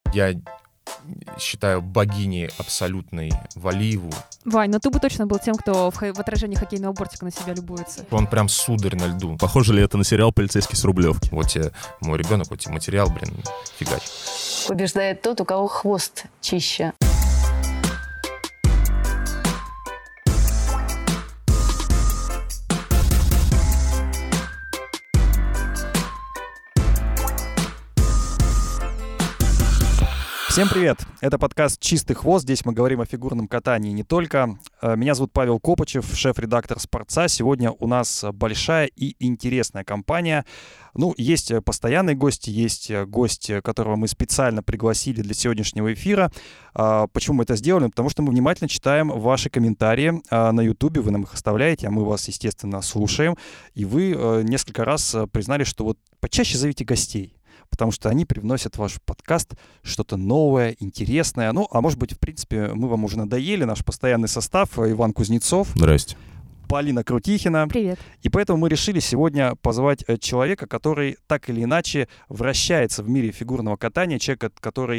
Я считаю богиней абсолютной Валиеву. Вань, ну ты бы точно был тем, кто в отражении хоккейного бортика на себя любуется. Он прям сударь на льду. Похоже ли это на сериал «Полицейский с Рублевки»? Вот тебе мой ребенок, вот тебе материал, фигач. Побеждает тот, у кого хвост чище. Всем привет! Это подкаст «Чистый хвост». Здесь мы говорим о фигурном катании не только. Меня зовут Павел Копачев, шеф-редактор «Спортца». Сегодня у нас большая и интересная компания. Есть постоянные гости, есть гость, которого мы специально пригласили для сегодняшнего эфира. Почему мы это сделали? Потому что мы внимательно читаем ваши комментарии на YouTube, вы нам их оставляете, а мы вас, естественно, слушаем. И вы несколько раз признали, что вот почаще зовите гостей, потому что они привносят в ваш подкаст что-то новое, интересное. А может быть, в принципе, мы вам уже надоели, наш постоянный состав. Иван Кузнецов. Здрасте. Полина Крутихина. Привет. И поэтому мы решили сегодня позвать человека, который так или иначе вращается в мире фигурного катания, человека, который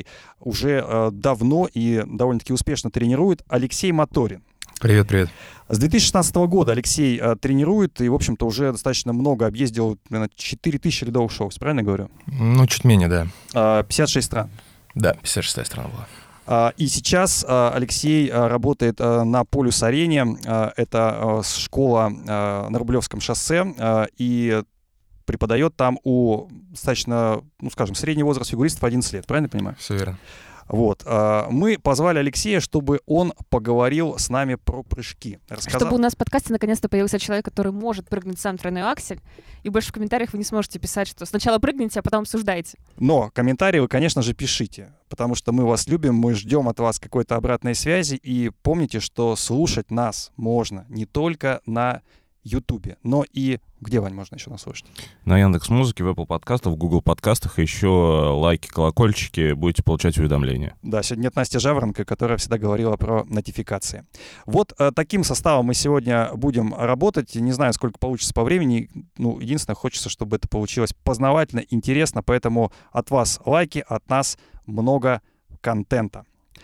уже давно и довольно-таки успешно тренирует, Алексей Моторин. Привет, привет. С 2016 года Алексей тренирует и, в общем-то, уже достаточно много объездил, 4000 ледовых шоу, правильно говорю? Чуть менее, да. 56 стран. Да, 56-я страна была. И сейчас Алексей работает на Полюс-арене. Это школа на Рублевском шоссе. И преподает там у достаточно, средний возраст фигуристов 11 лет. Правильно я понимаю? Все верно. Вот. Мы позвали Алексея, чтобы он поговорил с нами про прыжки. Чтобы у нас в подкасте наконец-то появился человек, который может прыгнуть сам тройной аксель, и больше в комментариях вы не сможете писать, что сначала прыгните, а потом обсуждайте. Но комментарии вы, конечно же, пишите, потому что мы вас любим, мы ждем от вас какой-то обратной связи, и помните, что слушать нас можно не только на Ютубе, но и где, Вань, можно еще нас слушать? На Яндекс.Музыке, в Apple подкастах, в Google подкастах, еще лайки, колокольчики, будете получать уведомления. Да, сегодня нет Насти Жаворонко, которая всегда говорила про нотификации. Вот таким составом мы сегодня будем работать. Не знаю, сколько получится по времени. Единственное, хочется, чтобы это получилось познавательно, интересно, поэтому от вас лайки, от нас много контента.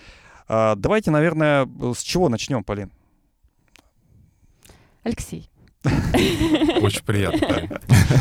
Давайте, наверное, с чего начнем, Полин? Алексей. Очень приятно.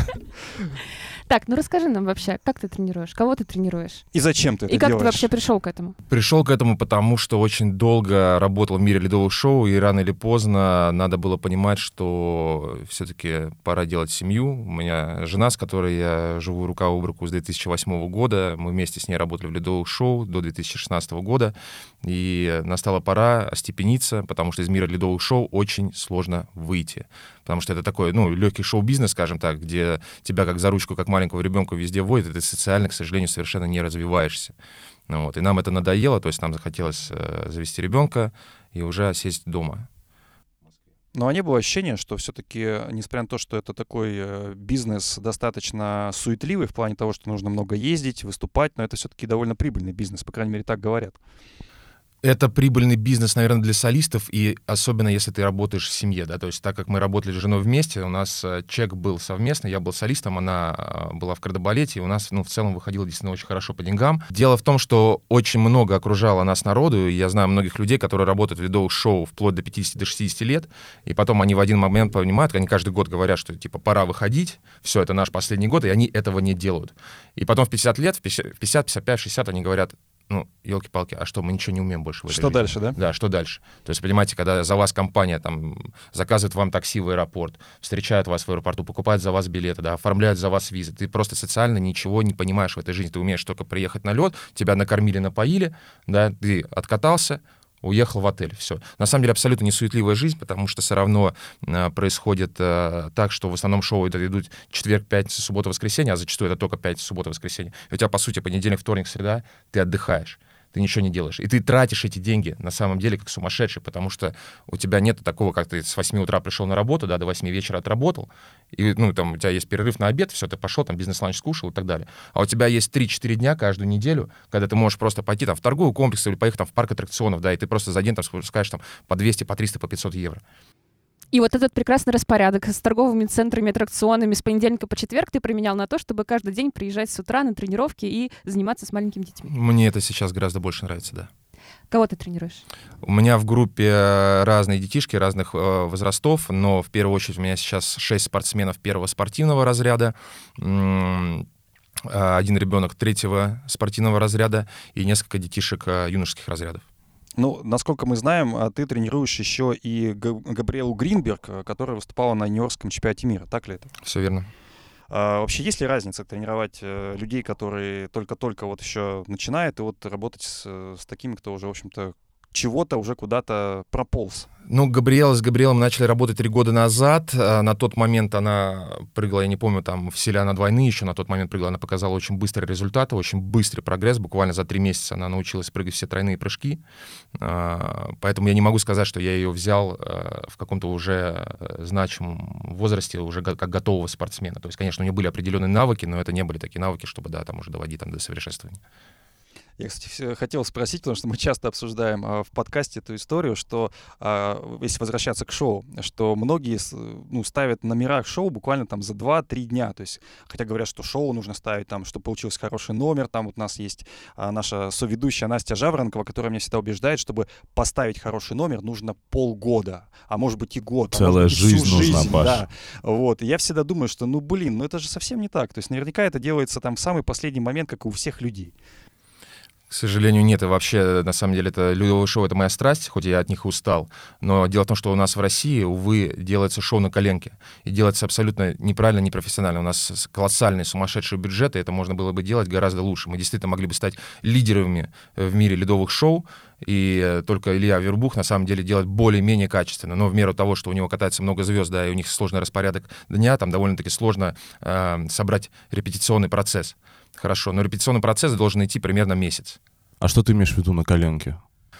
Так, расскажи нам вообще, как ты тренируешь, кого ты тренируешь? И зачем ты это делаешь? И как ты делаешь? вообще пришел к этому? Пришел к этому, потому что очень долго работал в мире ледовых шоу, и рано или поздно надо было понимать, что все-таки пора делать семью. У меня жена, с которой я живу рука об руку с 2008 года, мы вместе с ней работали в ледовых шоу до 2016 года, и настала пора остепениться, потому что из мира ледовых шоу очень сложно выйти. Потому что это такой, легкий шоу-бизнес, скажем так, где тебя как за ручку, как маленького ребенка везде водят, и ты социально, к сожалению, совершенно не развиваешься. И нам это надоело, то есть нам захотелось завести ребенка и уже сесть дома. Но не было ощущения, что все-таки, несмотря на то, что это такой бизнес достаточно суетливый в плане того, что нужно много ездить, выступать, но это все-таки довольно прибыльный бизнес, по крайней мере, так говорят. Это прибыльный бизнес, наверное, для солистов, и особенно если ты работаешь в семье, да, то есть так как мы работали с женой вместе, у нас чек был совместный, я был солистом, она была в кардебалете, и у нас, в целом выходило действительно очень хорошо по деньгам. Дело в том, что очень много окружало нас народу, и я знаю многих людей, которые работают в ледовых шоу вплоть до 50-60 лет, и потом они в один момент понимают, они каждый год говорят, что, пора выходить, все, это наш последний год, и они этого не делают. И потом в 50 лет, в 50, 55, 60 они говорят: елки-палки, а что, мы ничего не умеем больше в этой жизни. Что дальше, да? Да, что дальше? То есть, понимаете, когда за вас компания заказывает вам такси в аэропорт, встречает вас в аэропорту, покупает за вас билеты, да, оформляет за вас визы, ты просто социально ничего не понимаешь в этой жизни. Ты умеешь только приехать на лед, тебя накормили, напоили, да, ты откатался, уехал в отель, все. На самом деле абсолютно несуетливая жизнь, потому что все равно происходит так, что в основном шоу идут четверг, пятница, суббота, воскресенье, а зачастую это только пятница, суббота, воскресенье. И у тебя, по сути, понедельник, вторник, среда, ты отдыхаешь. Ты ничего не делаешь. И ты тратишь эти деньги на самом деле как сумасшедший, потому что у тебя нет такого, как ты с 8 утра пришел на работу, да, до 8 вечера отработал, и у тебя есть перерыв на обед, все, ты пошел, бизнес-ланч скушал и так далее. А у тебя есть 3-4 дня каждую неделю, когда ты можешь просто пойти в торговый комплекс или поехать в парк аттракционов, да, и ты просто за день спускаешь по 200, по 300, по 500 евро. И вот этот прекрасный распорядок с торговыми центрами, аттракционами с понедельника по четверг ты применял на то, чтобы каждый день приезжать с утра на тренировки и заниматься с маленькими детьми. Мне это сейчас гораздо больше нравится, да. Кого ты тренируешь? У меня в группе разные детишки разных возрастов, но в первую очередь у меня сейчас 6 спортсменов первого спортивного разряда, один ребенок третьего спортивного разряда и несколько детишек юношеских разрядов. Ну, насколько мы знаем, ты тренируешь еще и Габриэлу Гринберг, которая выступала на Нью-Йоркском чемпионате мира. Так ли это? Все верно. Вообще, есть ли разница тренировать людей, которые только-только вот еще начинают, и вот работать с такими, кто уже, в общем-то, чего-то уже куда-то прополз? Ну, с Габриэлом начали работать 3 года назад. На тот момент она прыгала, я не помню, там в Селяна двойные еще на тот момент прыгала. Она показала очень быстрые результаты, очень быстрый прогресс. Буквально за 3 месяца она научилась прыгать все тройные прыжки. Поэтому я не могу сказать, что я ее взял в каком-то уже значимом возрасте, уже как готового спортсмена. То есть, конечно, у нее были определенные навыки, но это не были такие навыки, чтобы, да, там уже доводить до совершенствования. Я, кстати, хотел спросить, потому что мы часто обсуждаем в подкасте эту историю, что, если возвращаться к шоу, что многие ставят номера шоу буквально там за 2-3 дня. То есть, хотя говорят, что шоу нужно ставить, там, чтобы получился хороший номер. Там вот у нас есть наша соведущая Настя Жаворонкова, которая меня всегда убеждает, чтобы поставить хороший номер, нужно полгода, а может быть и год. Целая жизнь нужна, Паш. Да. Вот. И я всегда думаю, что, это же совсем не так. То есть наверняка это делается там в самый последний момент, как и у всех людей. К сожалению, нет. И вообще, на самом деле, это ледовое шоу — это моя страсть, хоть я от них и устал. Но дело в том, что у нас в России, увы, делается шоу на коленке. И делается абсолютно неправильно, непрофессионально. У нас колоссальные, сумасшедшие бюджеты, это можно было бы делать гораздо лучше. Мы действительно могли бы стать лидерами в мире ледовых шоу, и только Илья Авербух, на самом деле, делает более-менее качественно. Но в меру того, что у него катается много звезд, да, и у них сложный распорядок дня, там довольно-таки сложно собрать репетиционный процесс. Хорошо, но репетиционный процесс должен идти примерно месяц. А что ты имеешь в виду на коленке?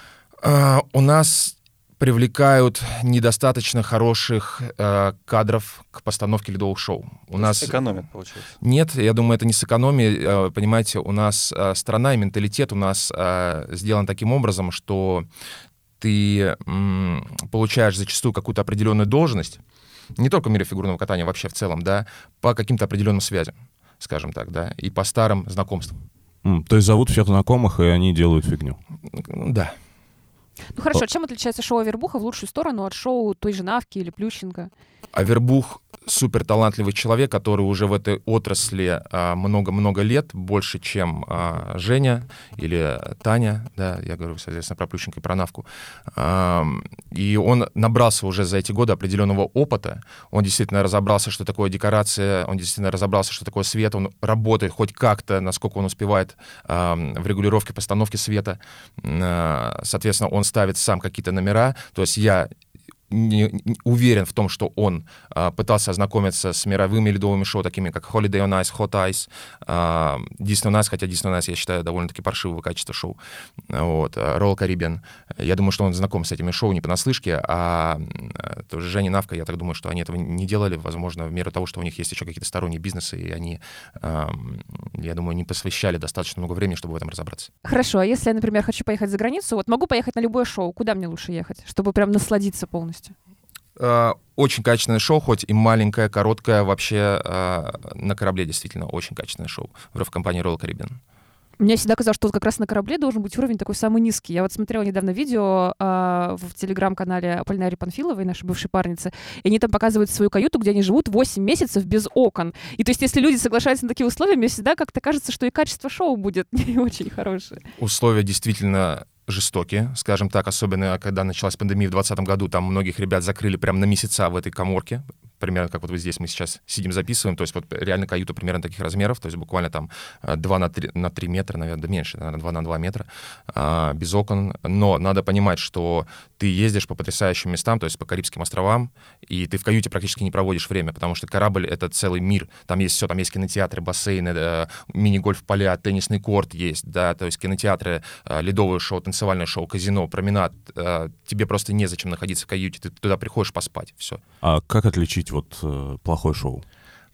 У нас привлекают недостаточно хороших кадров к постановке ледовых шоу. У нас экономят, получается. Нет, я думаю, это не с экономией. Понимаете, у нас страна и менталитет у нас сделан таким образом, что ты получаешь зачастую какую-то определенную должность, не только в мире фигурного катания, вообще в целом, да, по каким-то определенным связям, скажем так, да, и по старым знакомствам. То есть зовут всех знакомых, и они делают фигню? Да. Ну хорошо, чем отличается шоу Авербуха в лучшую сторону от шоу той же Навки или Плющенко? Авербух супер талантливый человек, который уже в этой отрасли много-много лет, больше, чем Женя или Таня, да, я говорю, соответственно, про Плющенко и про Навку. И он набрался уже за эти годы определенного опыта, он действительно разобрался, что такое декорация, он действительно разобрался, что такое свет, он работает хоть как-то, насколько он успевает в регулировке постановки света. Соответственно, он ставит сам какие-то номера, то есть я не уверен в том, что он пытался ознакомиться с мировыми ледовыми шоу, такими как Holiday on Ice, Hot Ice, Disney on Ice, хотя Disney on Ice, я считаю, довольно-таки паршивого качества шоу, вот, Royal Caribbean. Я думаю, что он знаком с этими шоу не понаслышке, а тоже Женя Навка, я так думаю, что они этого не делали, возможно, в меру того, что у них есть еще какие-то сторонние бизнесы, и они, я думаю, не посвящали достаточно много времени, чтобы в этом разобраться. Хорошо, а если я, например, хочу поехать за границу, вот могу поехать на любое шоу, куда мне лучше ехать, чтобы прям насладиться полностью? Очень качественное шоу, хоть и маленькое, короткое, вообще на корабле действительно очень качественное шоу в компании Royal Caribbean. Мне всегда казалось, что вот как раз на корабле должен быть уровень такой самый низкий. Я вот смотрела недавно видео в телеграм-канале Аполлинарии Панфиловой, нашей бывшей парницы, и они там показывают свою каюту, где они живут 8 месяцев без окон. И то есть если люди соглашаются на такие условия, мне всегда как-то кажется, что и качество шоу будет не очень хорошее. Условия действительно жестокие, скажем так, особенно когда началась пандемия в 2020 году, там многих ребят закрыли прямо на месяца в этой каморке, примерно как вот здесь мы сейчас сидим, записываем, то есть вот реально каюта примерно таких размеров, то есть буквально там 2 на 3 метра, наверное, да меньше, наверное, 2 на 2 метра, без окон, но надо понимать, что ты ездишь по потрясающим местам, то есть по Карибским островам, и ты в каюте практически не проводишь время, потому что корабль — это целый мир, там есть все, там есть кинотеатры, бассейны, мини-гольф-поля, теннисный корт есть, да, то есть кинотеатры, ледовое шоу, танцевальное шоу, казино, променад, тебе просто незачем находиться в каюте, ты туда приходишь поспать, все. А как отличить вот плохое шоу?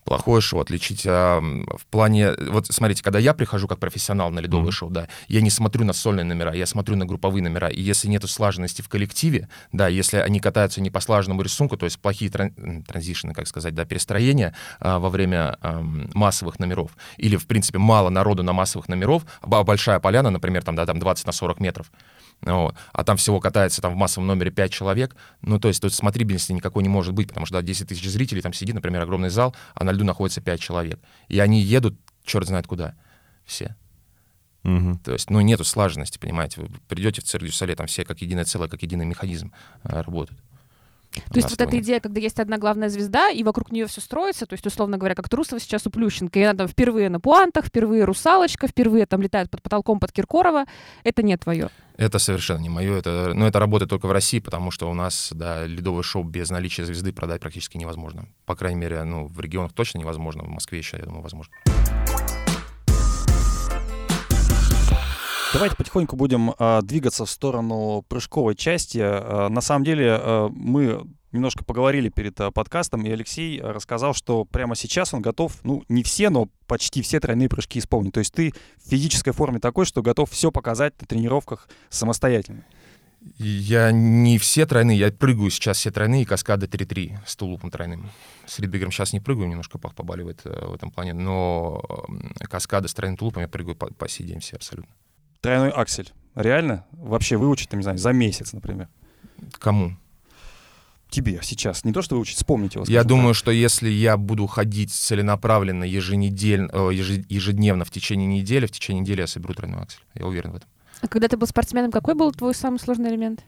Плохое шоу отличить в плане... Вот смотрите, когда я прихожу как профессионал на ледовое шоу, да, я не смотрю на сольные номера, я смотрю на групповые номера. И если нету слаженности в коллективе, да, если они катаются не по слаженному рисунку, то есть плохие транзишны, как сказать, да, перестроения во время массовых номеров, или, в принципе, мало народу на массовых номеров, большая поляна, например, там, да, там 20 на 40 метров, вот, а там всего катается там в массовом номере 5 человек, ну, то есть тут смотрибельности никакой не может быть, потому что, да, 10 тысяч зрителей, там сидит, например, огромный зал, а на льду находится 5 человек. И они едут черт знает куда. Все. То есть, ну, нету слаженности, понимаете. Вы придете в Цирк дю Солей, там все как единое целое, как единый механизм работают. То есть вот эта идея, когда есть одна главная звезда, и вокруг нее все строится, то есть, условно говоря, как Трусова сейчас у Плющенко, и она там впервые на пуантах, впервые русалочка, впервые там летает под потолком под Киркорова, это не твое. Это совершенно не мое. Это работает только в России, потому что у нас, да, ледовое шоу без наличия звезды продать практически невозможно. По крайней мере, ну, в регионах точно невозможно, в Москве еще, я думаю, возможно. Давайте потихоньку будем двигаться в сторону прыжковой части. На самом деле мы немножко поговорили перед подкастом, и Алексей рассказал, что прямо сейчас он готов, ну, не все, но почти все тройные прыжки исполнить. То есть ты в физической форме такой, что готов все показать на тренировках самостоятельно. Я не все тройные, я прыгаю сейчас все тройные, каскады 3-3 с тулупом тройным. С ридбегером сейчас не прыгаю, немножко пах побаливает в этом плане, но каскады с тройным тулупом я прыгаю по сей день все абсолютно. Тройной аксель. Реально? Вообще выучить, не знаю, за месяц, например? Кому? Тебе сейчас. Не то, что выучить, вспомнить его. Я думаю, что если я буду ходить целенаправленно, ежедневно в течение недели я соберу тройной аксель. Я уверен в этом. А когда ты был спортсменом, какой был твой самый сложный элемент?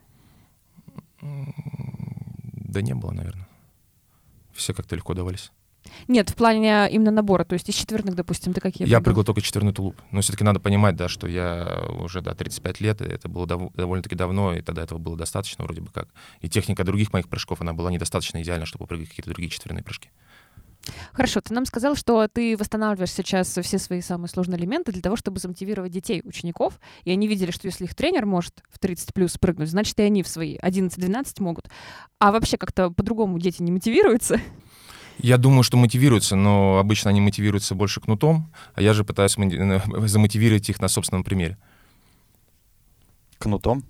Да не было, наверное. Все как-то легко давались. Нет, в плане именно набора, то есть из четверных, допустим, ты какие? Я прыгал только четверной тулуп. Но все-таки надо понимать, да, что я уже, 35 лет, и это было довольно-таки давно, и тогда этого было достаточно вроде бы как. И техника других моих прыжков, она была недостаточно идеальна, чтобы прыгать какие-то другие четверные прыжки. Хорошо, ты нам сказал, что ты восстанавливаешь сейчас все свои самые сложные элементы для того, чтобы замотивировать детей, учеников, и они видели, что если их тренер может в 30+ прыгнуть, значит, и они в свои 11-12 могут. А вообще как-то по-другому дети не мотивируются? Я думаю, что мотивируются, но обычно они мотивируются больше кнутом, а я же пытаюсь замотивировать их на собственном примере. Кнутом?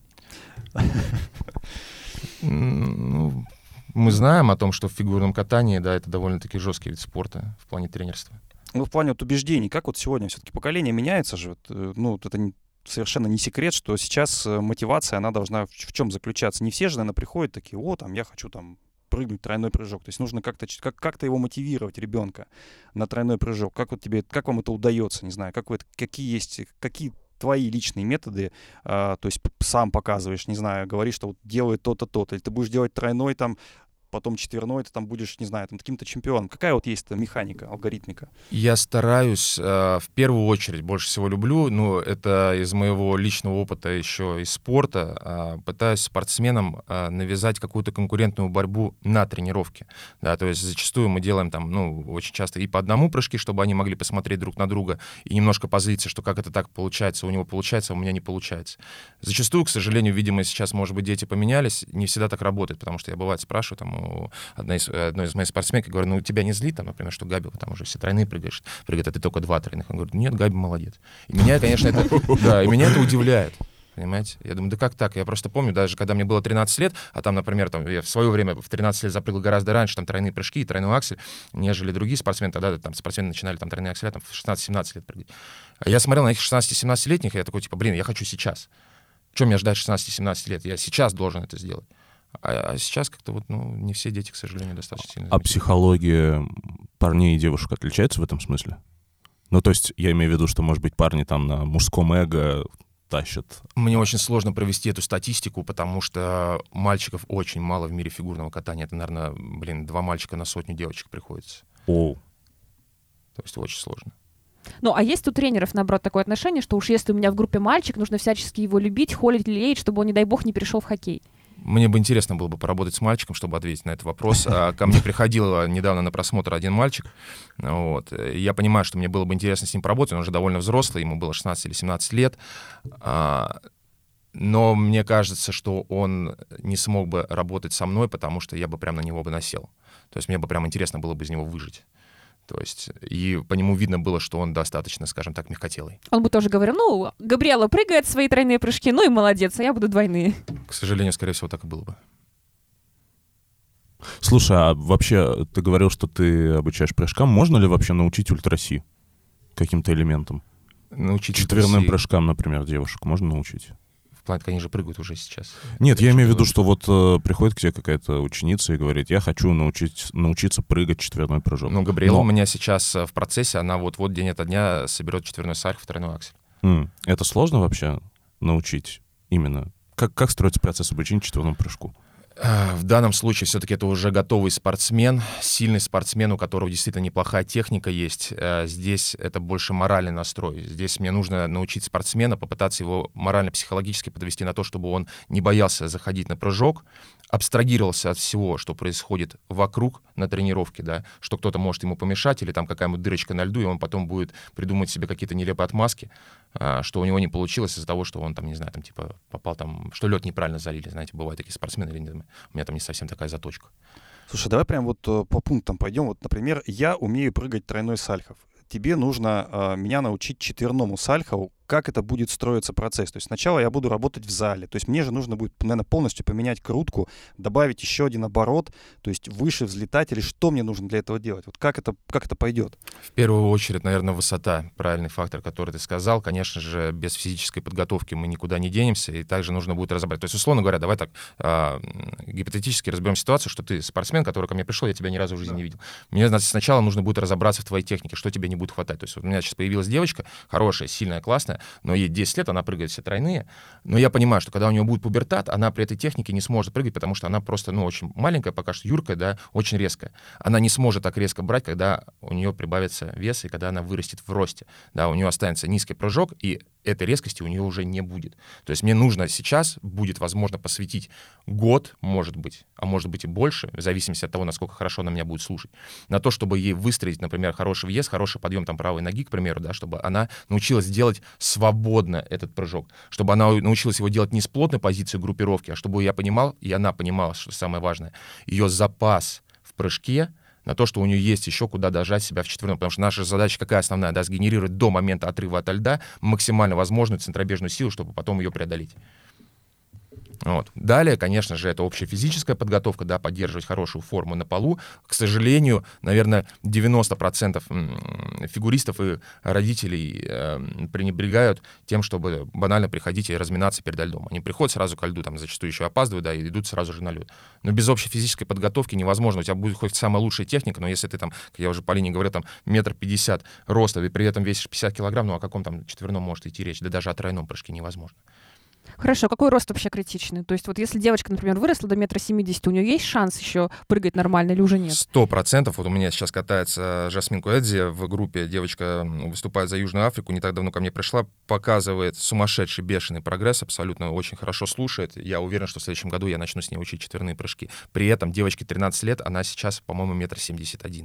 Ну, мы знаем о том, что в фигурном катании, да, это довольно-таки жесткий вид спорта в плане тренерства. Ну, в плане вот убеждений, как вот сегодня все-таки поколение меняется же, ну, это совершенно не секрет, что сейчас мотивация, она должна в чем заключаться. Не все же, наверное, приходят такие, там, я хочу там прыгнуть тройной прыжок. То есть нужно как-то его мотивировать, ребенка, на тройной прыжок. Как вам это удается, не знаю, какие твои личные методы, то есть сам показываешь, не знаю, говоришь, что вот делай то-то, то-то, или ты будешь делать тройной там, потом четверной, ты там будешь, не знаю, там каким-то чемпионом. Какая вот есть механика, алгоритмика? Я стараюсь, в первую очередь, больше всего люблю, это из моего личного опыта еще из спорта, пытаюсь спортсменам навязать какую-то конкурентную борьбу на тренировке. Да, то есть зачастую мы делаем там, очень часто и по одному прыжки, чтобы они могли посмотреть друг на друга и немножко позлиться, что как это так получается, у него получается, а у меня не получается. Зачастую, к сожалению, видимо, сейчас, может быть, дети поменялись, не всегда так работает, потому что я, бывает, спрашиваю, там, одной из моих спортсменок, я говорю, тебя не злит, там, например, что Габи, там уже все тройные прыгает, а ты только 2 тройных. Он говорит, нет, Габи молодец. И меня, конечно, это удивляет. Понимаете? Я думаю, да как так? Я просто помню, даже когда мне было 13 лет, а там, например, я в свое время в 13 лет запрыгал гораздо раньше, там тройные прыжки и тройной аксель, нежели другие спортсмены. Тогда там спортсмены начинали там тройные акселя там, в 16-17 лет прыгать. А я смотрел на этих 16-17-летних, и я такой, я хочу сейчас. Чем мне ждать 16-17 лет? Я сейчас должен это сделать. А сейчас как-то не все дети, к сожалению, достаточно сильно. А психология парней и девушек отличается в этом смысле? Ну, то есть я имею в виду, что, может быть, парни там на мужском эго тащат. Мне очень сложно провести эту статистику, потому что мальчиков очень мало в мире фигурного катания. Это, наверное, 2 мальчика на 100 девочек приходится. То есть очень сложно. А есть у тренеров, наоборот, такое отношение, что уж если у меня в группе мальчик, нужно всячески его любить, холить, лелеять, чтобы он, не дай бог, не перешел в хоккей? Мне бы интересно было бы поработать с мальчиком, чтобы ответить на этот вопрос. Ко мне приходил недавно на просмотр один мальчик. Я понимаю, что мне было бы интересно с ним поработать. Он уже довольно взрослый, ему было 16 или 17 лет. Но мне кажется, что он не смог бы работать со мной, потому что я бы прям на него насел. То есть мне бы прям интересно было бы из него выжить. То есть, и по нему видно было, что он достаточно, скажем так, мягкотелый. Он бы тоже говорил, ну, Габриэла прыгает свои тройные прыжки, ну и молодец, а я буду двойные. К сожалению, скорее всего, так и было бы. Слушай, а вообще ты говорил, что ты обучаешь прыжкам. Можно ли вообще научить ультраси каким-то элементам? Научить Четверным ультраси- прыжкам, например, девушек можно научить? В плане, они же прыгают уже сейчас. Нет, я Это имею в что виду, что вот приходит к тебе какая-то ученица и говорит, я хочу научиться прыгать четверной прыжок. Ну, Габриэла Но- у меня сейчас в процессе, она вот-вот день ото дня соберет четверной сальхов в тройной аксель. Это сложно вообще научить именно? Как строится процесс обучения четверному прыжку? В данном случае все-таки это уже готовый спортсмен, сильный спортсмен, у которого действительно неплохая техника есть. Здесь это больше моральный настрой. Здесь мне нужно научить спортсмена, попытаться его морально-психологически подвести на то, чтобы он не боялся заходить на прыжок, абстрагировался от всего, что происходит вокруг на тренировке, да, что кто-то может ему помешать, или там какая-нибудь дырочка на льду, и он потом будет придумывать себе какие-то нелепые отмазки, что у него не получилось из-за того, что он там, не знаю, там типа попал там, что лед неправильно залили, знаете, бывают такие спортсмены, или у меня там не совсем такая заточка. Слушай, давай прям вот по пунктам пойдем. Вот, например, я умею прыгать тройной сальхов. Тебе нужно меня научить четверному сальхову. Как это будет строиться процесс? То есть сначала я буду работать в зале. То есть мне же нужно будет, наверное, полностью поменять крутку, добавить еще один оборот, то есть выше взлетать, или что мне нужно для этого делать? Вот как это пойдет? В первую очередь, наверное, высота, правильный фактор, который ты сказал. Конечно же, без физической подготовки мы никуда не денемся, и также нужно будет разобрать. То есть, условно говоря, давай так, гипотетически разберем ситуацию, что ты спортсмен, который ко мне пришел, я тебя ни разу в жизни не видел. Мне сначала нужно будет разобраться в твоей технике, что тебе не будет хватать. То есть вот у меня сейчас появилась девочка, хорошая, сильная, классная, но ей 10 лет, она прыгает все тройные, но я понимаю, что когда у нее будет пубертат, она при этой технике не сможет прыгать, потому что она просто, очень маленькая, пока что юркая, да, очень резкая. Она не сможет так резко брать, когда у нее прибавится вес, и когда она вырастет в росте, да, у нее останется низкий прыжок, и этой резкости у нее уже не будет. То есть мне нужно сейчас, будет возможно, посвятить год, может быть, а может быть и больше, в зависимости от того, насколько хорошо она меня будет слушать, на то, чтобы ей выстроить, например, хороший въезд, хороший подъем там правой ноги, к примеру, да, чтобы она научилась делать свободно этот прыжок, чтобы она научилась его делать не с плотной позиции группировки, а чтобы я понимал, и она понимала, что самое важное, ее запас в прыжке, на то, что у нее есть еще куда дожать себя в четверном. Потому что наша задача какая основная? Да, сгенерировать до момента отрыва от льда максимально возможную центробежную силу, чтобы потом ее преодолеть. Вот. Далее, конечно же, это общая физическая подготовка, да, поддерживать хорошую форму на полу. К сожалению, наверное, 90% фигуристов и родителей пренебрегают тем, чтобы банально приходить и разминаться перед льдом. Они приходят сразу ко льду, там зачастую еще опаздывают, да, и идут сразу же на лед. Но без общей физической подготовки невозможно. У тебя будет хоть самая лучшая техника, но если ты там, как я уже Полине говорил, там 1,50 м роста, и при этом весишь 50 килограмм, ну о каком там четверном может идти речь? Да даже о тройном прыжке невозможно. Хорошо, какой рост вообще критичный? То есть вот если девочка, например, выросла до 1,70 м, у нее есть шанс еще прыгать нормально или уже нет? 100%. Вот у меня сейчас катается Жасмин Куэдзи в группе. Девочка выступает за Южную Африку, не так давно ко мне пришла, показывает сумасшедший, бешеный прогресс, абсолютно очень хорошо слушает. Я уверен, что в следующем году я начну с ней учить четверные прыжки. При этом девочке 13 лет, она сейчас, по-моему, 1,71 м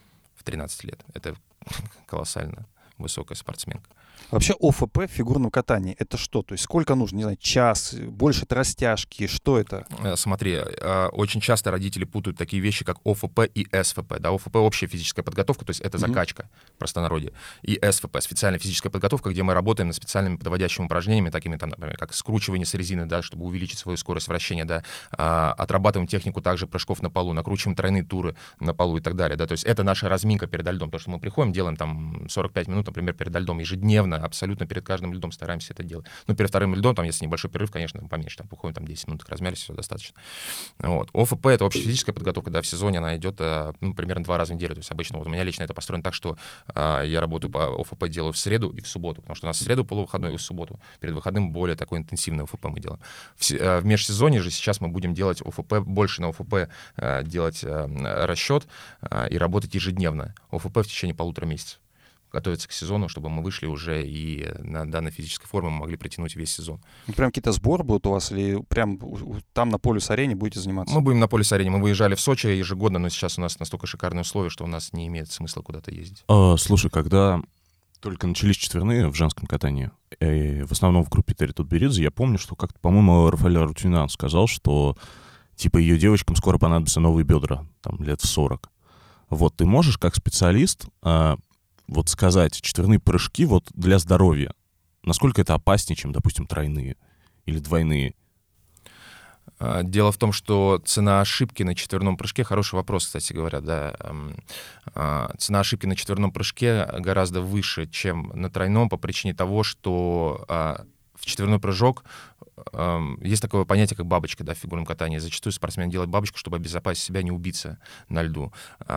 в 13 лет. Это колоссально высокая спортсменка. Вообще ОФП в фигурном катании — это что? То есть сколько нужно, не знаю, час, больше растяжки, что это? Смотри, очень часто родители путают такие вещи, как ОФП и СФП. Да, ОФП — общая физическая подготовка, то есть это закачка в простонародье. И СФП — специальная физическая подготовка, где мы работаем над специальными подводящими упражнениями, такими, там, например, как скручивание с резины, да, чтобы увеличить свою скорость вращения, да, отрабатываем технику также прыжков на полу, накручиваем тройные туры на полу и так далее. Да, то есть это наша разминка перед льдом, то, что мы приходим, делаем там 45 минут, например, перед льдом ежедневно, абсолютно перед каждым льдом стараемся это делать. Ну, перед вторым льдом, там, если небольшой перерыв, конечно, поменьше, там, уходим там 10 минут, размялись, все достаточно. Вот. ОФП — это общая физическая подготовка, да, в сезоне она идет, примерно 2 раза в неделю. То есть обычно вот у меня лично это построено так, что я работаю по ОФП делаю в среду и в субботу, потому что у нас в среду полувыходной и в субботу. Перед выходным более такой интенсивный ОФП мы делаем. В межсезонье же сейчас мы будем делать ОФП, больше на ОФП делать расчет и работать ежедневно. ОФП в течение 1,5 месяца. Готовиться к сезону, чтобы мы вышли уже и на данной физической форме мы могли протянуть весь сезон. Ну, прям какие-то сборы будут у вас или прям там на полюс-арене будете заниматься? Мы будем на полюс-арене. Мы выезжали в Сочи ежегодно, но сейчас у нас настолько шикарные условия, что у нас не имеет смысла куда-то ездить. Слушай, когда только начались четверные в женском катании, в основном в группе Терри Тутберидзе, я помню, что как-то, по-моему, Рафаэль Арутюнян сказал, что типа ее девочкам скоро понадобятся новые бедра, там, лет в 40. Вот ты можешь как специалист вот сказать, четверные прыжки вот для здоровья, насколько это опаснее, чем, допустим, тройные или двойные? Дело в том, что цена ошибки на четверном прыжке, хороший вопрос, кстати говоря, да, цена ошибки на четверном прыжке гораздо выше, чем на тройном, по причине того, что в четверной прыжок есть такое понятие, как бабочка, да, в фигурном катании. Зачастую спортсмен делает бабочку, чтобы обезопасить себя, не убиться на льду.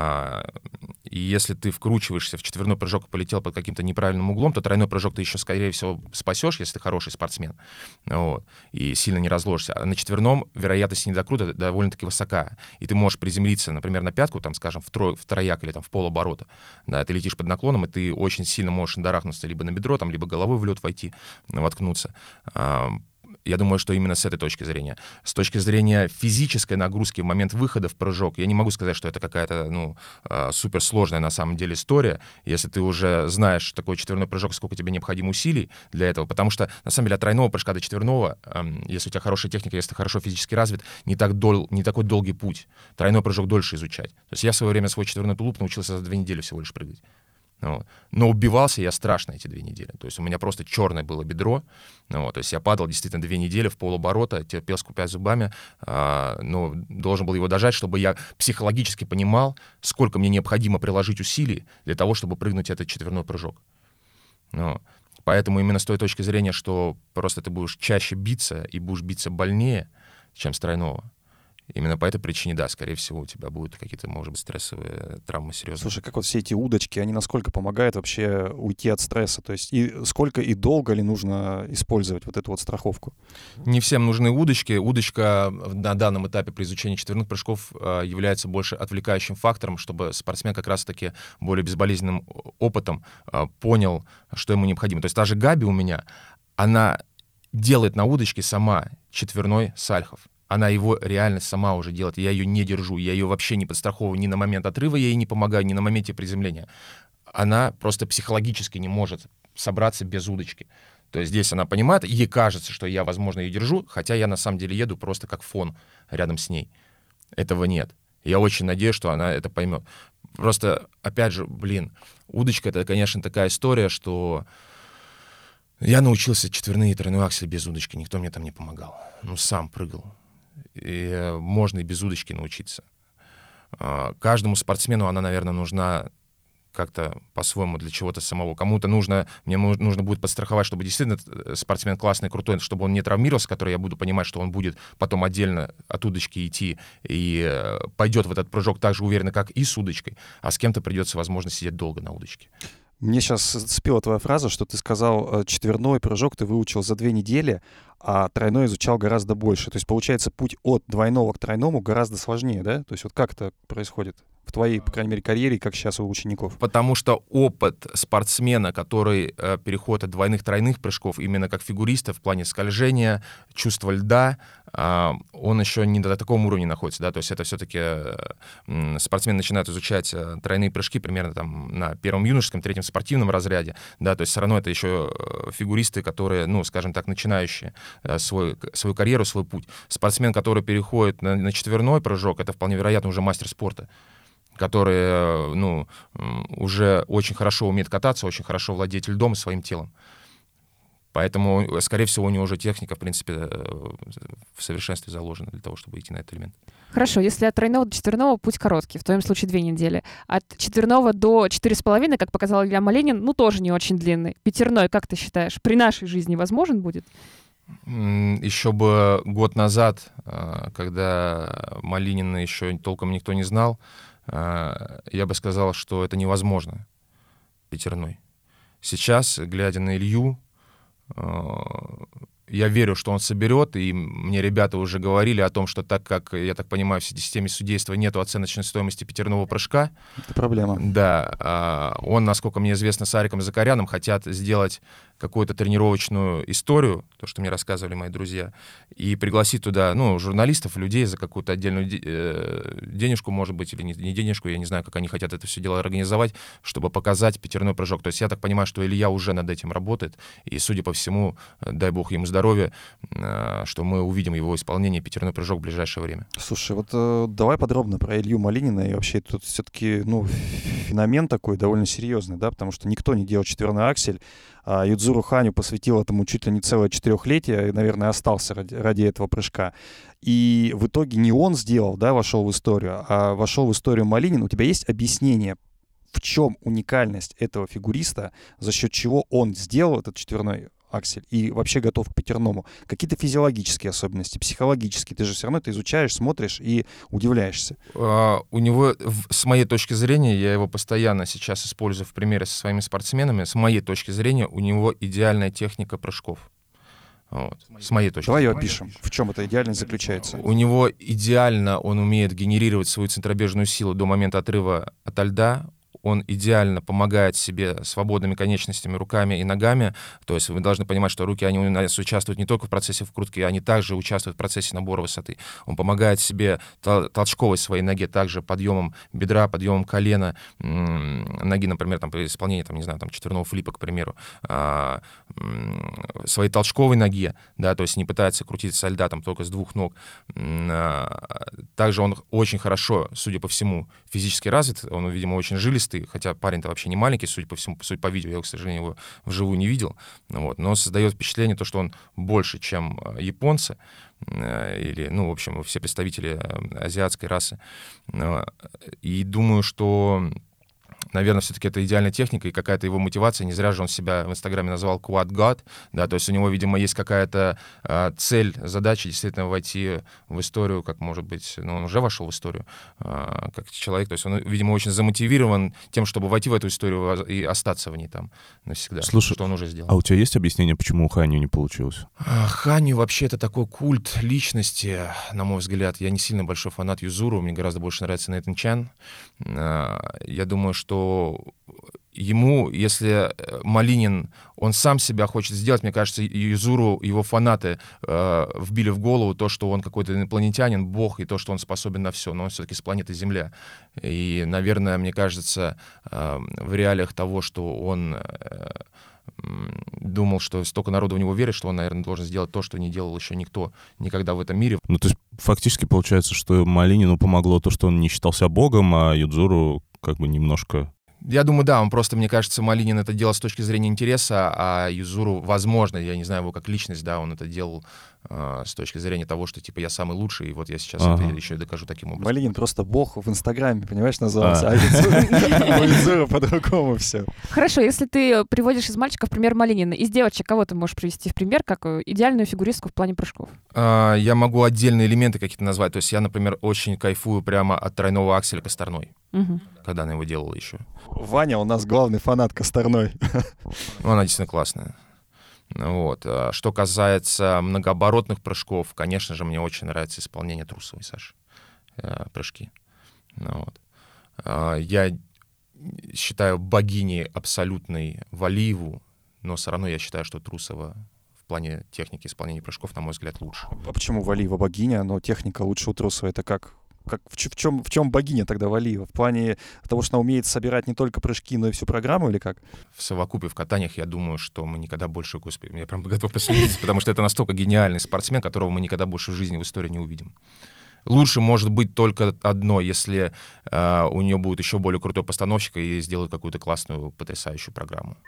И если ты вкручиваешься в четверной прыжок и полетел под каким-то неправильным углом, то тройной прыжок ты еще, скорее всего, спасешь, если ты хороший спортсмен, вот, и сильно не разложишься. А на четверном вероятность недокрута довольно-таки высока. И ты можешь приземлиться, например, на пятку, там, скажем, в трояк или там, в полоборота. Да, ты летишь под наклоном, и ты очень сильно можешь шандарахнуться либо на бедро, там, либо головой в лед войти, воткнуться. Я думаю, что именно с этой точки зрения. С точки зрения физической нагрузки в момент выхода в прыжок, я не могу сказать, что это какая-то суперсложная на самом деле история, если ты уже знаешь, что такое четверной прыжок, сколько тебе необходимо усилий для этого, потому что, на самом деле, от тройного прыжка до четверного, если у тебя хорошая техника, если ты хорошо физически развит, не такой долгий путь. Тройной прыжок дольше изучать. То есть я в свое время свой четверной тулуп научился за 2 недели всего лишь прыгать. Вот. Но убивался я страшно эти 2 недели. То есть у меня просто черное было бедро. Вот. То есть я падал действительно 2 недели в полоборота, терпел, скупя зубами, но должен был его дожать, чтобы я психологически понимал, сколько мне необходимо приложить усилий для того, чтобы прыгнуть этот четверной прыжок. Вот. Поэтому именно с той точки зрения, что просто ты будешь чаще биться и будешь биться больнее, чем с тройного. Именно по этой причине, да, скорее всего, у тебя будут какие-то, может быть, стрессовые травмы серьезные. Слушай, как вот все эти удочки, они насколько помогают вообще уйти от стресса? То есть и сколько и долго ли нужно использовать вот эту вот страховку? Не всем нужны удочки. Удочка на данном этапе при изучении четверных прыжков является больше отвлекающим фактором, чтобы спортсмен как раз-таки более безболезненным опытом понял, что ему необходимо. То есть та же Габи у меня, она делает на удочке сама четверной сальхов. Она его реально сама уже делает. Я ее не держу, я ее вообще не подстраховываю ни на момент отрыва, я ей не помогаю, ни на моменте приземления. Она просто психологически не может собраться без удочки. То есть здесь она понимает, ей кажется, что я, возможно, ее держу, хотя я на самом деле еду просто как фон рядом с ней. Этого нет. Я очень надеюсь, что она это поймет. Просто, опять же, удочка — это, конечно, такая история, что я научился четверные и тройной аксель без удочки, никто мне там не помогал. Сам прыгал. И можно и без удочки научиться. Каждому спортсмену она, наверное, нужна как-то по-своему для чего-то самого. Кому-то мне нужно будет подстраховать, чтобы действительно спортсмен классный, крутой, чтобы он не травмировался, который я буду понимать, что он будет потом отдельно от удочки идти и пойдет в этот прыжок так же уверенно, как и с удочкой, а с кем-то придется, возможно, сидеть долго на удочке. Мне сейчас зацепила твоя фраза, что ты сказал, четверной прыжок ты выучил за 2 недели, а тройной изучал гораздо больше. То есть, получается, путь от двойного к тройному гораздо сложнее, да? То есть вот как это происходит в твоей, по крайней мере, карьере, как сейчас у учеников? Потому что опыт спортсмена, который переходит от двойных-тройных прыжков, именно как фигуриста в плане скольжения, чувства льда, он еще не до такого уровня находится, да, то есть это все-таки спортсмен начинает изучать тройные прыжки примерно там на 1-м юношеском, 3-м спортивном разряде, да, то есть все равно это еще фигуристы, которые, скажем так, начинающие свою карьеру, свой путь. Спортсмен, который переходит на четверной прыжок, это вполне вероятно уже мастер спорта, который, уже очень хорошо умеет кататься, очень хорошо владеть льдом и своим телом. Поэтому, скорее всего, у него уже техника, в принципе, в совершенстве заложена для того, чтобы идти на этот элемент. Хорошо, если от тройного до четверного путь короткий, в твоем случае 2 недели. От четверного до 4,5, как показал Илья Малинин, тоже не очень длинный. Пятерной, как ты считаешь, при нашей жизни возможен будет? Еще бы год назад, когда Малинина еще толком никто не знал, я бы сказал, что это невозможно, пятерной. Сейчас, глядя на Илью, я верю, что он соберет, и мне ребята уже говорили о том, что так как, я так понимаю, в системе судейства нету оценочной стоимости пятерного прыжка. Это проблема. Да. Он, насколько мне известно, с Ариком Закаряном хотят сделать какую-то тренировочную историю, то, что мне рассказывали мои друзья, и пригласить туда, журналистов, людей за какую-то отдельную денежку, может быть, или не денежку, я не знаю, как они хотят это все дело организовать, чтобы показать пятерной прыжок. То есть я так понимаю, что Илья уже над этим работает, и, судя по всему, дай бог ему здоровья, что мы увидим его исполнение пятерной прыжок в ближайшее время. Слушай, вот давай подробно про Илью Малинина, и вообще тут все-таки, феномен такой довольно серьезный, да, потому что никто не делал четверной аксель, а Юдзуру Ханю посвятил этому чуть ли не целое 4-летие, и, наверное, остался ради этого прыжка. И в итоге не он сделал, да, вошел в историю, а вошел в историю Малинин. У тебя есть объяснение, в чем уникальность этого фигуриста, за счет чего он сделал этот четверной аксель и вообще готов к пятерному? Какие-то физиологические особенности, психологические? Ты же все равно это изучаешь, смотришь и удивляешься. У него, с моей точки зрения, я его постоянно сейчас использую в примере со своими спортсменами, с моей точки зрения, у него идеальная техника прыжков. Вот. С моей точки Давай зрения. ее опишем. В чем эта идеальность заключается? У него идеально, он умеет генерировать свою центробежную силу до момента отрыва ото льда. Он идеально помогает себе свободными конечностями, руками и ногами. То есть вы должны понимать, что руки, они у нас участвуют не только в процессе вкрутки, они также участвуют в процессе набора высоты. Он помогает себе толчковой своей ноге, также подъемом бедра, подъемом колена, ноги, например, там, при исполнении, четверного флипа, к примеру, своей толчковой ноге, да, то есть не пытается крутить со льда только с двух ног. Также он очень хорошо, судя по всему, физически развит, он, видимо, очень жилистый, хотя парень-то вообще не маленький, судя по всему, судя по видео, я, к сожалению, его вживую не видел, но создает впечатление, то, что он больше, чем японцы, или, в общем, все представители азиатской расы. И думаю, что, наверное, все-таки это идеальная техника и какая-то его мотивация. Не зря же он себя в Инстаграме назвал Quad God, да, то есть у него, видимо, есть какая-то цель, задача действительно войти в историю, как, может быть, он уже вошел в историю, как человек, то есть он, видимо, очень замотивирован тем, чтобы войти в эту историю и остаться в ней там навсегда. Слушай, что он уже сделал. А у тебя есть объяснение, почему у Ханю не получилось? Ханю вообще это такой культ личности, на мой взгляд. Я не сильно большой фанат Юзуру, мне гораздо больше нравится Нейтан Чан. Я думаю, что ему, если Малинин, он сам себя хочет сделать, мне кажется, Юзуру, его фанаты вбили в голову то, что он какой-то инопланетянин, бог, и то, что он способен на все, но он все-таки с планеты Земля. И, наверное, мне кажется, в реалиях того, что он думал, что столько народу в него верит, что он, наверное, должен сделать то, что не делал еще никто никогда в этом мире. То есть фактически получается, что Малинину помогло то, что он не считался богом, а Юдзуру немножко... Я думаю, да, он просто, мне кажется, Малинин это делал с точки зрения интереса, а Юзуру, возможно, я не знаю его как личность, да, он это делал с точки зрения того, что, я самый лучший, и вот я сейчас это еще и докажу таким образом. Малинин просто бог в Инстаграме, понимаешь, назывался, а Юзуру по-другому все. Хорошо, если ты приводишь из мальчиков пример Малинина, из девочек кого ты можешь привести в пример, как идеальную фигуристку в плане прыжков? Я могу отдельные элементы какие-то назвать, то есть я, например, очень кайфую прямо от тройного акселя Косторной, когда она его делала еще. Ваня у нас главный фанат Косторной. Она действительно классная. Вот. Что касается многооборотных прыжков, конечно же, мне очень нравится исполнение Трусовой, Саши, прыжки. Вот. Я считаю богиней абсолютной Валиеву, но все равно я считаю, что Трусова в плане техники исполнения прыжков, на мой взгляд, лучше. А почему Валиева богиня, но техника лучше у Трусовой? Это как? В чем богиня тогда Валиева? В плане того, что она умеет собирать не только прыжки, но и всю программу, или как? В совокупе, в катаниях, я думаю, что мы никогда больше... Господи, я прям готов посмеяться, потому что это настолько гениальный спортсмен, которого мы никогда больше в жизни, в истории не увидим. Лучше может быть только одно, если у нее будет еще более крутой постановщик и сделает какую-то классную, потрясающую программу.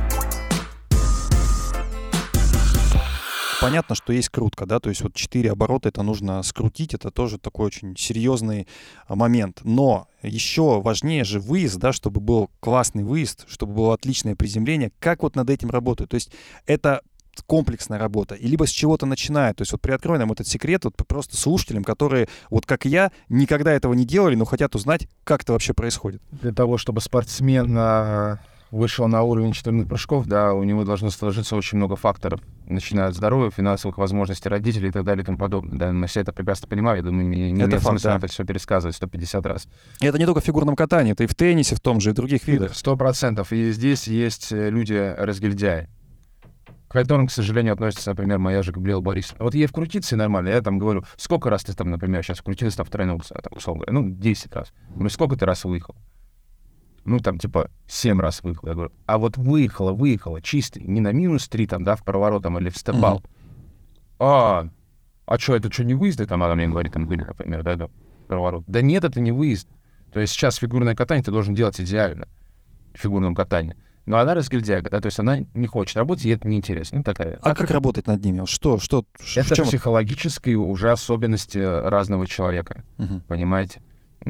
Понятно, что есть крутка, да, то есть 4 оборота это нужно скрутить, это тоже такой очень серьезный момент. Но еще важнее же выезд, да, чтобы был классный выезд, чтобы было отличное приземление. Как над этим работают? То есть это комплексная работа, и либо с чего-то начинает. То есть приоткрой нам этот секрет просто слушателям, которые, как и я, никогда этого не делали, но хотят узнать, как это вообще происходит. Для того, чтобы спортсмен вышел на уровень четверных прыжков, да, у него должно сложиться очень много факторов, начиная от здоровья, финансовых возможностей родителей и так далее и тому подобное. Да, мы все это прекрасно понимаем, я думаю, не имеет смысла это все пересказывать 150 раз. И это не только в фигурном катании, это и в теннисе, в том же, и в других видах. 100%. И здесь есть люди разгильдяи. к которым, к сожалению, относится, например, моя же Габриэла Борисовна. Вот ей вкрутиться и нормально. Я там говорю, сколько раз ты там, например, сейчас вкрутился там в тройном, там, условно говоря, 10 раз. Говорю, сколько ты раз выехал? Там, 7 раз выехал. Я говорю, а вот выехала чистый, не на -3 там, да, в проворот там, или в степал. А что, это что, не выезд? Там она мне говорит, там, например, да, проворот. Да нет, это не выезд. То есть сейчас фигурное катание ты должен делать идеально в фигурном катании. Но она разгильдяйка, да, то есть она не хочет работать, ей это неинтересно. Такая. А как работать над ними? Это психологические уже особенности разного человека, понимаете?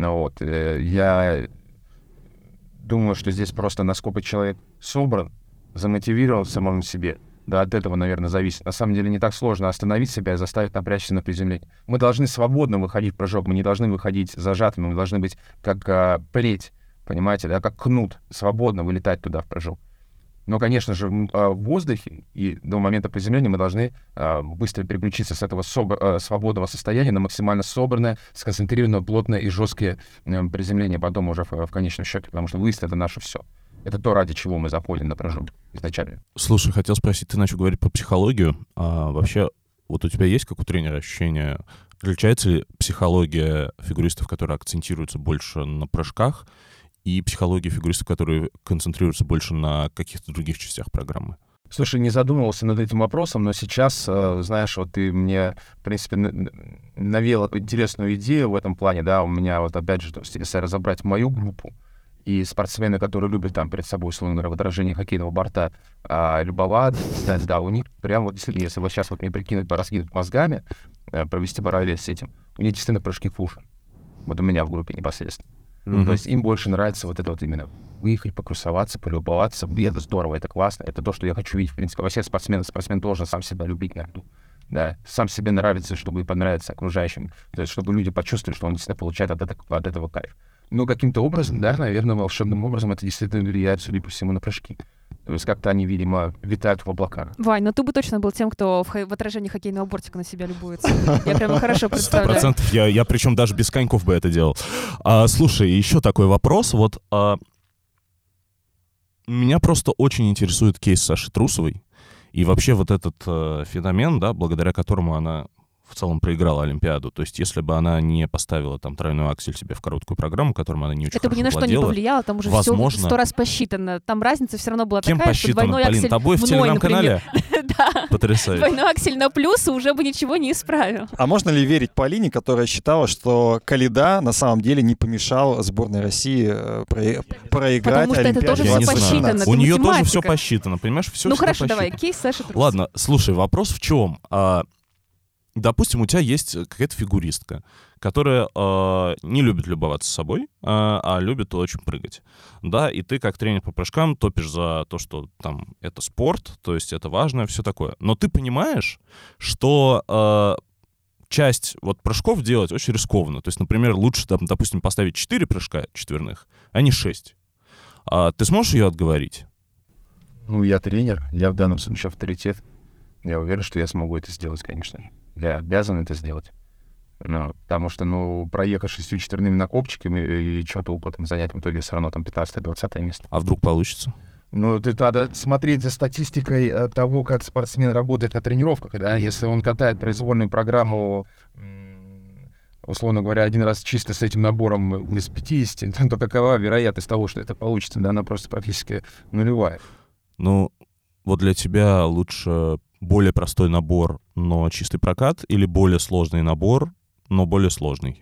Я думаю, что здесь просто насколько человек собран, замотивирован в самом себе. Да, от этого, наверное, зависит. На самом деле не так сложно остановить себя и заставить напрячься на приземлении. Мы должны свободно выходить в прыжок, мы не должны выходить зажатыми, мы должны быть как плеть, понимаете, да, как кнут, свободно вылетать туда в прыжок. Но, конечно же, в воздухе и до момента приземления мы должны быстро переключиться с этого свободного состояния на максимально собранное, сконцентрированное, плотное и жесткое приземление потом уже в конечном счете, потому что выезд — это наше все. Это то, ради чего мы заходим на прыжок изначально. Слушай, хотел спросить, ты начал говорить про психологию. Вообще, вот у тебя есть, как у тренера, ощущение, отличается ли психология фигуристов, которые акцентируются больше на прыжках, и психология фигуристов, которые концентрируются больше на каких-то других частях программы? Слушай, не задумывался над этим вопросом, но сейчас, знаешь, вот ты мне, в принципе, навел интересную идею в этом плане, да, у меня вот опять же, то есть, если разобрать мою группу, и спортсмены, которые любят там перед собой, условно говоря, в отражении хоккейного борта любоваться, да, у них прям вот, если вот сейчас вот мне прикинуть, раскинуть мозгами, провести параллель с этим, у них действительно прыжки фуши. Вот у меня в группе непосредственно. То есть им больше нравится вот это вот именно выехать, покрусоваться, полюбоваться. Это здорово, это классно, это то, что я хочу видеть, в принципе. Вообще спортсмен должен сам себя любить на льду. Да, сам себе нравится, чтобы понравиться окружающим. То есть чтобы люди почувствовали, что он действительно получает от этого кайф. Но каким-то образом, да, наверное, волшебным образом это действительно влияет, судя по всему, на прыжки. То есть как-то они, видимо, витают в облаках. Вань, ну ты бы точно был тем, кто в отражении хоккейного бортика на себя любуется. Я прямо хорошо представляю. 100%. Я причем даже без коньков бы это делал. Слушай, еще такой вопрос. Вот меня просто очень интересует кейс Саши Трусовой. И вообще вот этот феномен, да, благодаря которому она в целом проиграла Олимпиаду. То есть если бы она не поставила там тройной аксель себе в короткую программу, которую она не очень это хорошо бы ни на что владела, не повлияло, там уже возможно, все 100 раз посчитано. Там разница все равно была кем такая, что посчитано, двойной Полин? аксель Тобой в мной, телеграм-канале? Да. Потрясающе. Двойной аксель на плюс уже бы ничего не исправил. А можно ли верить Полине, которая считала, что Коляда на самом деле не помешал сборной России проиграть Потому что это тоже Я все не знаю. посчитано. У нее тоже математика. все посчитано, понимаешь? Все Ну всегда хорошо, давай, посчитано. кейс Саши Трусовой. Ладно, слушай, вопрос в чем? Допустим, у тебя есть какая-то фигуристка, которая не любит любоваться собой, а любит очень прыгать. Да, и ты, как тренер по прыжкам, топишь за то, что там это спорт, то есть это важно, все такое. Но ты понимаешь, что часть вот прыжков делать очень рискованно. То есть, например, лучше, там, допустим, поставить 4 прыжка четверных, а не 6. Ты сможешь ее отговорить? Ну, я тренер, я в данном случае авторитет. Я уверен, что я смогу это сделать, конечно. Я обязан это сделать. Потому что, проехать 6 четверными накопчиками и что-то опытом занять в итоге все равно там 15-20 место. А вдруг получится? Это надо смотреть за статистикой того, как спортсмен работает на тренировках. Да? Если он катает произвольную программу, условно говоря, один раз чисто с этим набором из 50, то какова вероятность того, что это получится? Да, она просто практически нулевая. Ну, вот для тебя лучше более простой набор, но чистый прокат, или более сложный набор, но более сложный?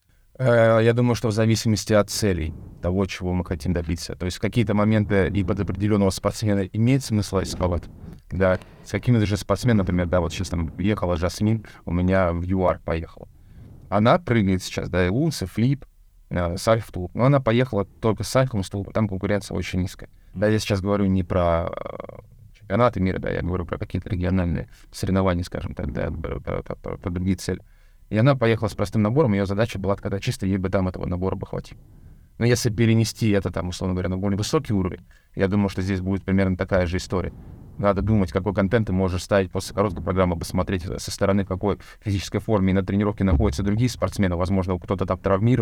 Я думаю, что в зависимости от целей, того, чего мы хотим добиться. То есть в какие-то моменты и под определенного спортсмена имеет смысл рисковать. Да, с какими-то же спортсменами, например, да, вот сейчас там ехала Жасмин, у меня в ЮАР поехала. Она прыгает сейчас, да, и лунцы, флип, сальхов-тулуп. Но она поехала только с сальхом, с тулупом, там конкуренция очень низкая. Да, я сейчас говорю не про чемпионаты мира, да, я говорю про какие-то региональные соревнования, скажем так, да, про другие цели. И она поехала с простым набором, ее задача была когда чисто, ей бы там этого набора бы хватило. Но если перенести это там, условно говоря, на более высокий уровень, я думаю, что здесь будет примерно такая же история. Надо думать, какой контент ты можешь ставить после короткой программы, посмотреть со стороны, в какой физической форме и на тренировке находятся другие спортсмены. Возможно, кто-то там травмирован,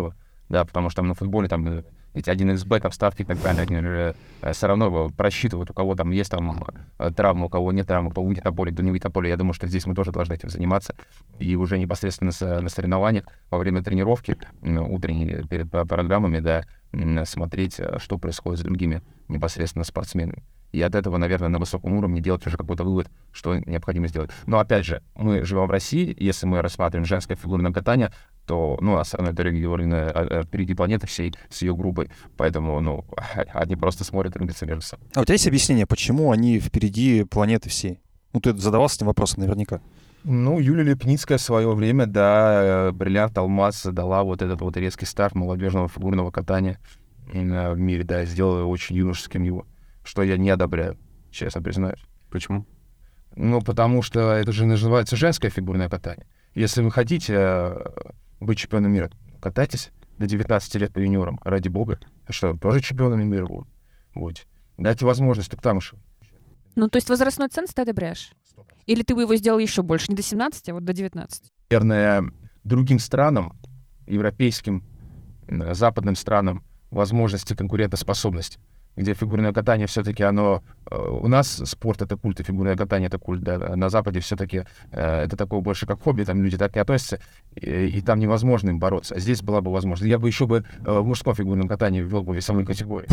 да, потому что там на футболе там эти 1xbet, там ставки и так далее, они же все равно просчитывают, у кого там есть там травма, у кого нет травмы, у кого нет тополя, кто не видит тополя. Я думаю, что здесь мы тоже должны этим заниматься. И уже непосредственно на соревнованиях, во время тренировки, утренней, перед программами, да, смотреть, что происходит с другими непосредственно спортсменами. И от этого, наверное, на высоком уровне делать уже какой-то вывод, что необходимо сделать. Но, опять же, мы живем в России, если мы рассматриваем женское фигурное катание, то, основной регион впереди планеты всей с ее группой, поэтому, они просто смотрят и рубятся между собой. А у тебя есть объяснение, почему они впереди планеты всей? Ты задавался этим вопросом наверняка. Юлия Лепницкая в свое время, да, бриллиант алмаз дала вот этот вот резкий старт молодежного фигурного катания в мире, да, сделала очень юношеским его, что я не одобряю, честно признаюсь. Почему? Потому что это же называется женское фигурное катание. Если вы хотите быть чемпионом мира, катайтесь до 19 лет по юниорам, ради бога, что тоже чемпионами мира будут. Вот. Дайте возможность к тому же. То есть возрастной ценз ты одобряешь? Или ты бы его сделал еще больше, не до 17, а вот до 19? Наверное, другим странам, европейским, западным странам, возможности конкурентоспособности, где фигурное катание все-таки оно... У нас спорт — это культ, и фигурное катание — это культ, да. На Западе все-таки это такое больше как хобби, там люди так не относятся, и там невозможно им бороться. А здесь была бы возможность. Я бы еще в мужском фигурном катании ввел бы весовую категорию.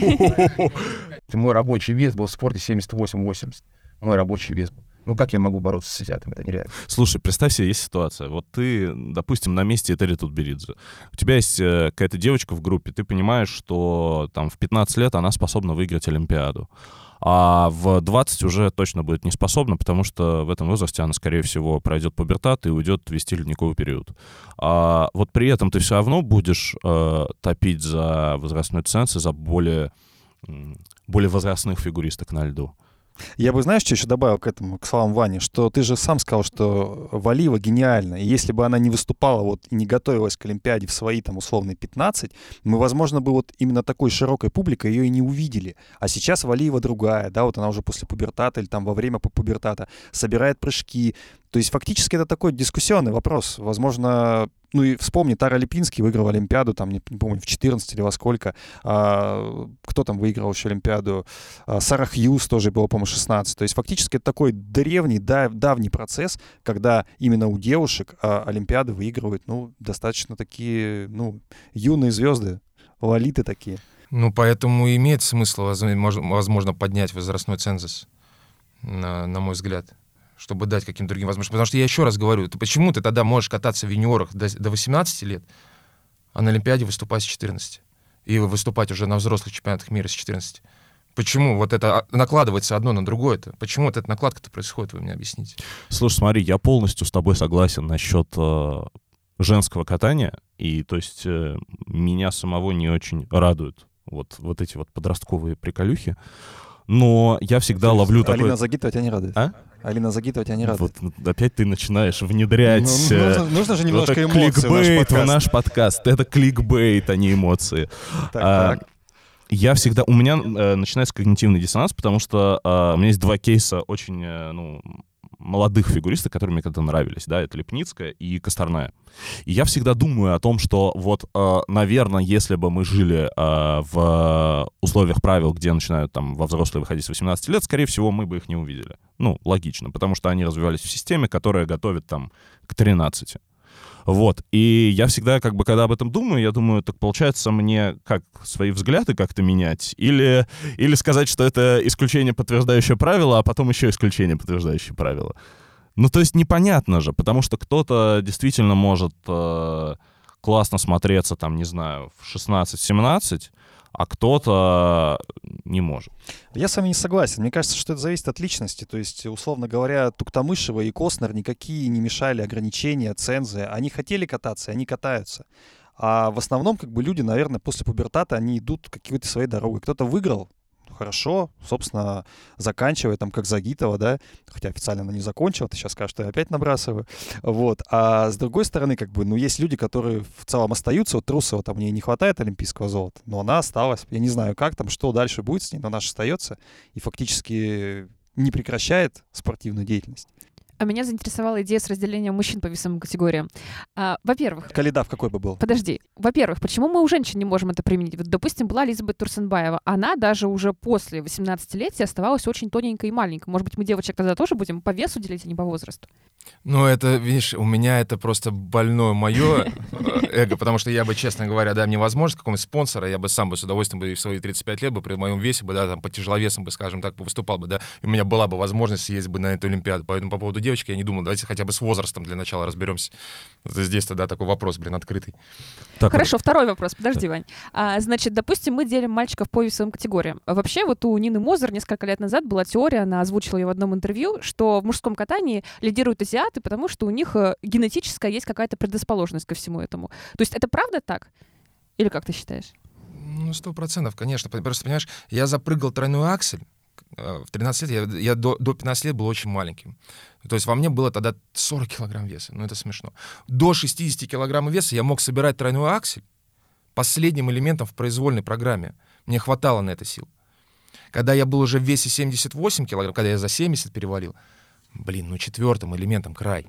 Мой рабочий вес был в спорте 78-80. Мой рабочий вес был. Как я могу бороться с азиатами? Это нереально. Слушай, представь себе, есть ситуация. Вот ты, допустим, на месте Этери Тутберидзе. У тебя есть какая-то девочка в группе, ты понимаешь, что там в 15 лет она способна выиграть Олимпиаду. А в 20 уже точно будет не способна, потому что в этом возрасте она, скорее всего, пройдет пубертат и уйдет вести ледниковый период. А вот при этом ты все равно будешь топить за возрастной ценз и за более возрастных фигуристок на льду. Я бы, знаешь, что еще добавил к этому, к словам Вани, что ты же сам сказал, что Валиева гениальна, и если бы она не выступала и не готовилась к Олимпиаде в свои там условные 15, мы, возможно, бы именно такой широкой публикой ее и не увидели. А сейчас Валиева другая, да, она уже после пубертата или там во время пубертата собирает прыжки. То есть фактически это такой дискуссионный вопрос. Возможно, и вспомни, Тара Липинский выиграл Олимпиаду, там, не помню, в 14 или во сколько. Кто там выиграл еще Олимпиаду? Сара Хьюз тоже было, по-моему, 16. То есть фактически это такой древний, давний процесс, когда именно у девушек Олимпиады выигрывают, достаточно такие, юные звезды, лолиты такие. Поэтому имеет смысл, возможно, поднять возрастной цензус, на мой взгляд, чтобы дать каким-то другим возможностям. Потому что я еще раз говорю, почему ты тогда можешь кататься в юниорах до 18 лет, а на Олимпиаде выступать с 14? И выступать уже на взрослых чемпионатах мира с 14? Почему вот это накладывается одно на другое-то? Почему вот эта накладка-то происходит, вы мне объясните? Слушай, смотри, я полностью с тобой согласен насчет женского катания, и то есть меня самого не очень радуют вот эти вот подростковые приколюхи. Но я всегда ловлю такой... Алина Загитова тебя не радует? А? Алина Загитова тебя не радует? Вот опять ты начинаешь внедрять... нужно же немножко эмоций кликбейт в наш подкаст. Это кликбейт, а не эмоции. Так. Я всегда... У меня начинается когнитивный диссонанс, потому что у меня есть два кейса очень молодых фигуристок, которые мне когда-то нравились. Да, это Лепницкая и Косторная. И я всегда думаю о том, что наверное, если бы мы жили в условиях правил, где начинают там во взрослые выходить с 18 лет, скорее всего, мы бы их не увидели. Логично, потому что они развивались в системе, которая готовит там к 13. И я всегда, когда об этом думаю, я думаю, так получается мне как свои взгляды как-то менять? Или сказать, что это исключение, подтверждающее правило, а потом еще исключение, подтверждающее правило? То есть непонятно же, потому что кто-то действительно может классно смотреться, там, не знаю, в 16-17, а кто-то не может. Я с вами не согласен. Мне кажется, что это зависит от личности. То есть, условно говоря, Туктамышева и Костнер никакие не мешали ограничения, цензы. Они хотели кататься, и они катаются. А в основном, люди, наверное, после пубертата, они идут какой-то своей дорогой. Кто-то выиграл, хорошо, собственно, заканчивая, как Загитова, да, хотя официально она не закончила, ты сейчас скажешь, что я опять набрасываю, А с другой стороны, есть люди, которые в целом остаются, Трусова, там, у нее не хватает олимпийского золота, но она осталась, я не знаю, что дальше будет с ней, но она же остается и фактически не прекращает спортивную деятельность. А меня заинтересовала идея с разделением мужчин по весовым категориям. Во-первых... Калидав какой бы был? Подожди. во-первых, почему мы у женщин не можем это применить? Вот, допустим, была Лизабет Турсенбаева. Она даже уже после 18-летия оставалась очень тоненькой и маленькой. Может быть, мы девочек тогда тоже будем по весу делить, а не по возрасту? Ну, это, видишь, у меня это просто больное мое эго, потому что я бы, честно говоря, дай мне возможность какого-нибудь спонсора, я бы сам бы с удовольствием бы в свои 35 лет бы при моем весе бы, да, там, по тяжеловесам бы, скажем так, выступал бы, да, и у меня была бы возможность съездить бы на эту Олимпиаду. Поэтому по поводу девочки я не думал, давайте хотя бы с возрастом для начала разберемся. Здесь тогда такой вопрос, открытый. Так, Хорошо, второй вопрос. Подожди, Вань. Значит, допустим, мы делим мальчиков по весовым категориям. Вообще, вот у Нины Мозер несколько лет назад была теория, она озвучила ее в одном интервью, что в мужском катании лидируют азиаты, потому что у них генетическая есть какая-то предрасположенность ко всему этому. То есть это правда так? Или как ты считаешь? Ну, 100%, конечно. Просто, понимаешь, я запрыгал тройной аксель. В 13 лет я до 15 лет был очень маленьким. То есть во мне было тогда 40 килограмм веса. Ну, это смешно. До 60 килограмм веса я мог собирать тройной аксель последним элементом в произвольной программе. Мне хватало на это сил. Когда я был уже в весе 78 килограмм, когда я за 70 перевалил, четвертым элементом край.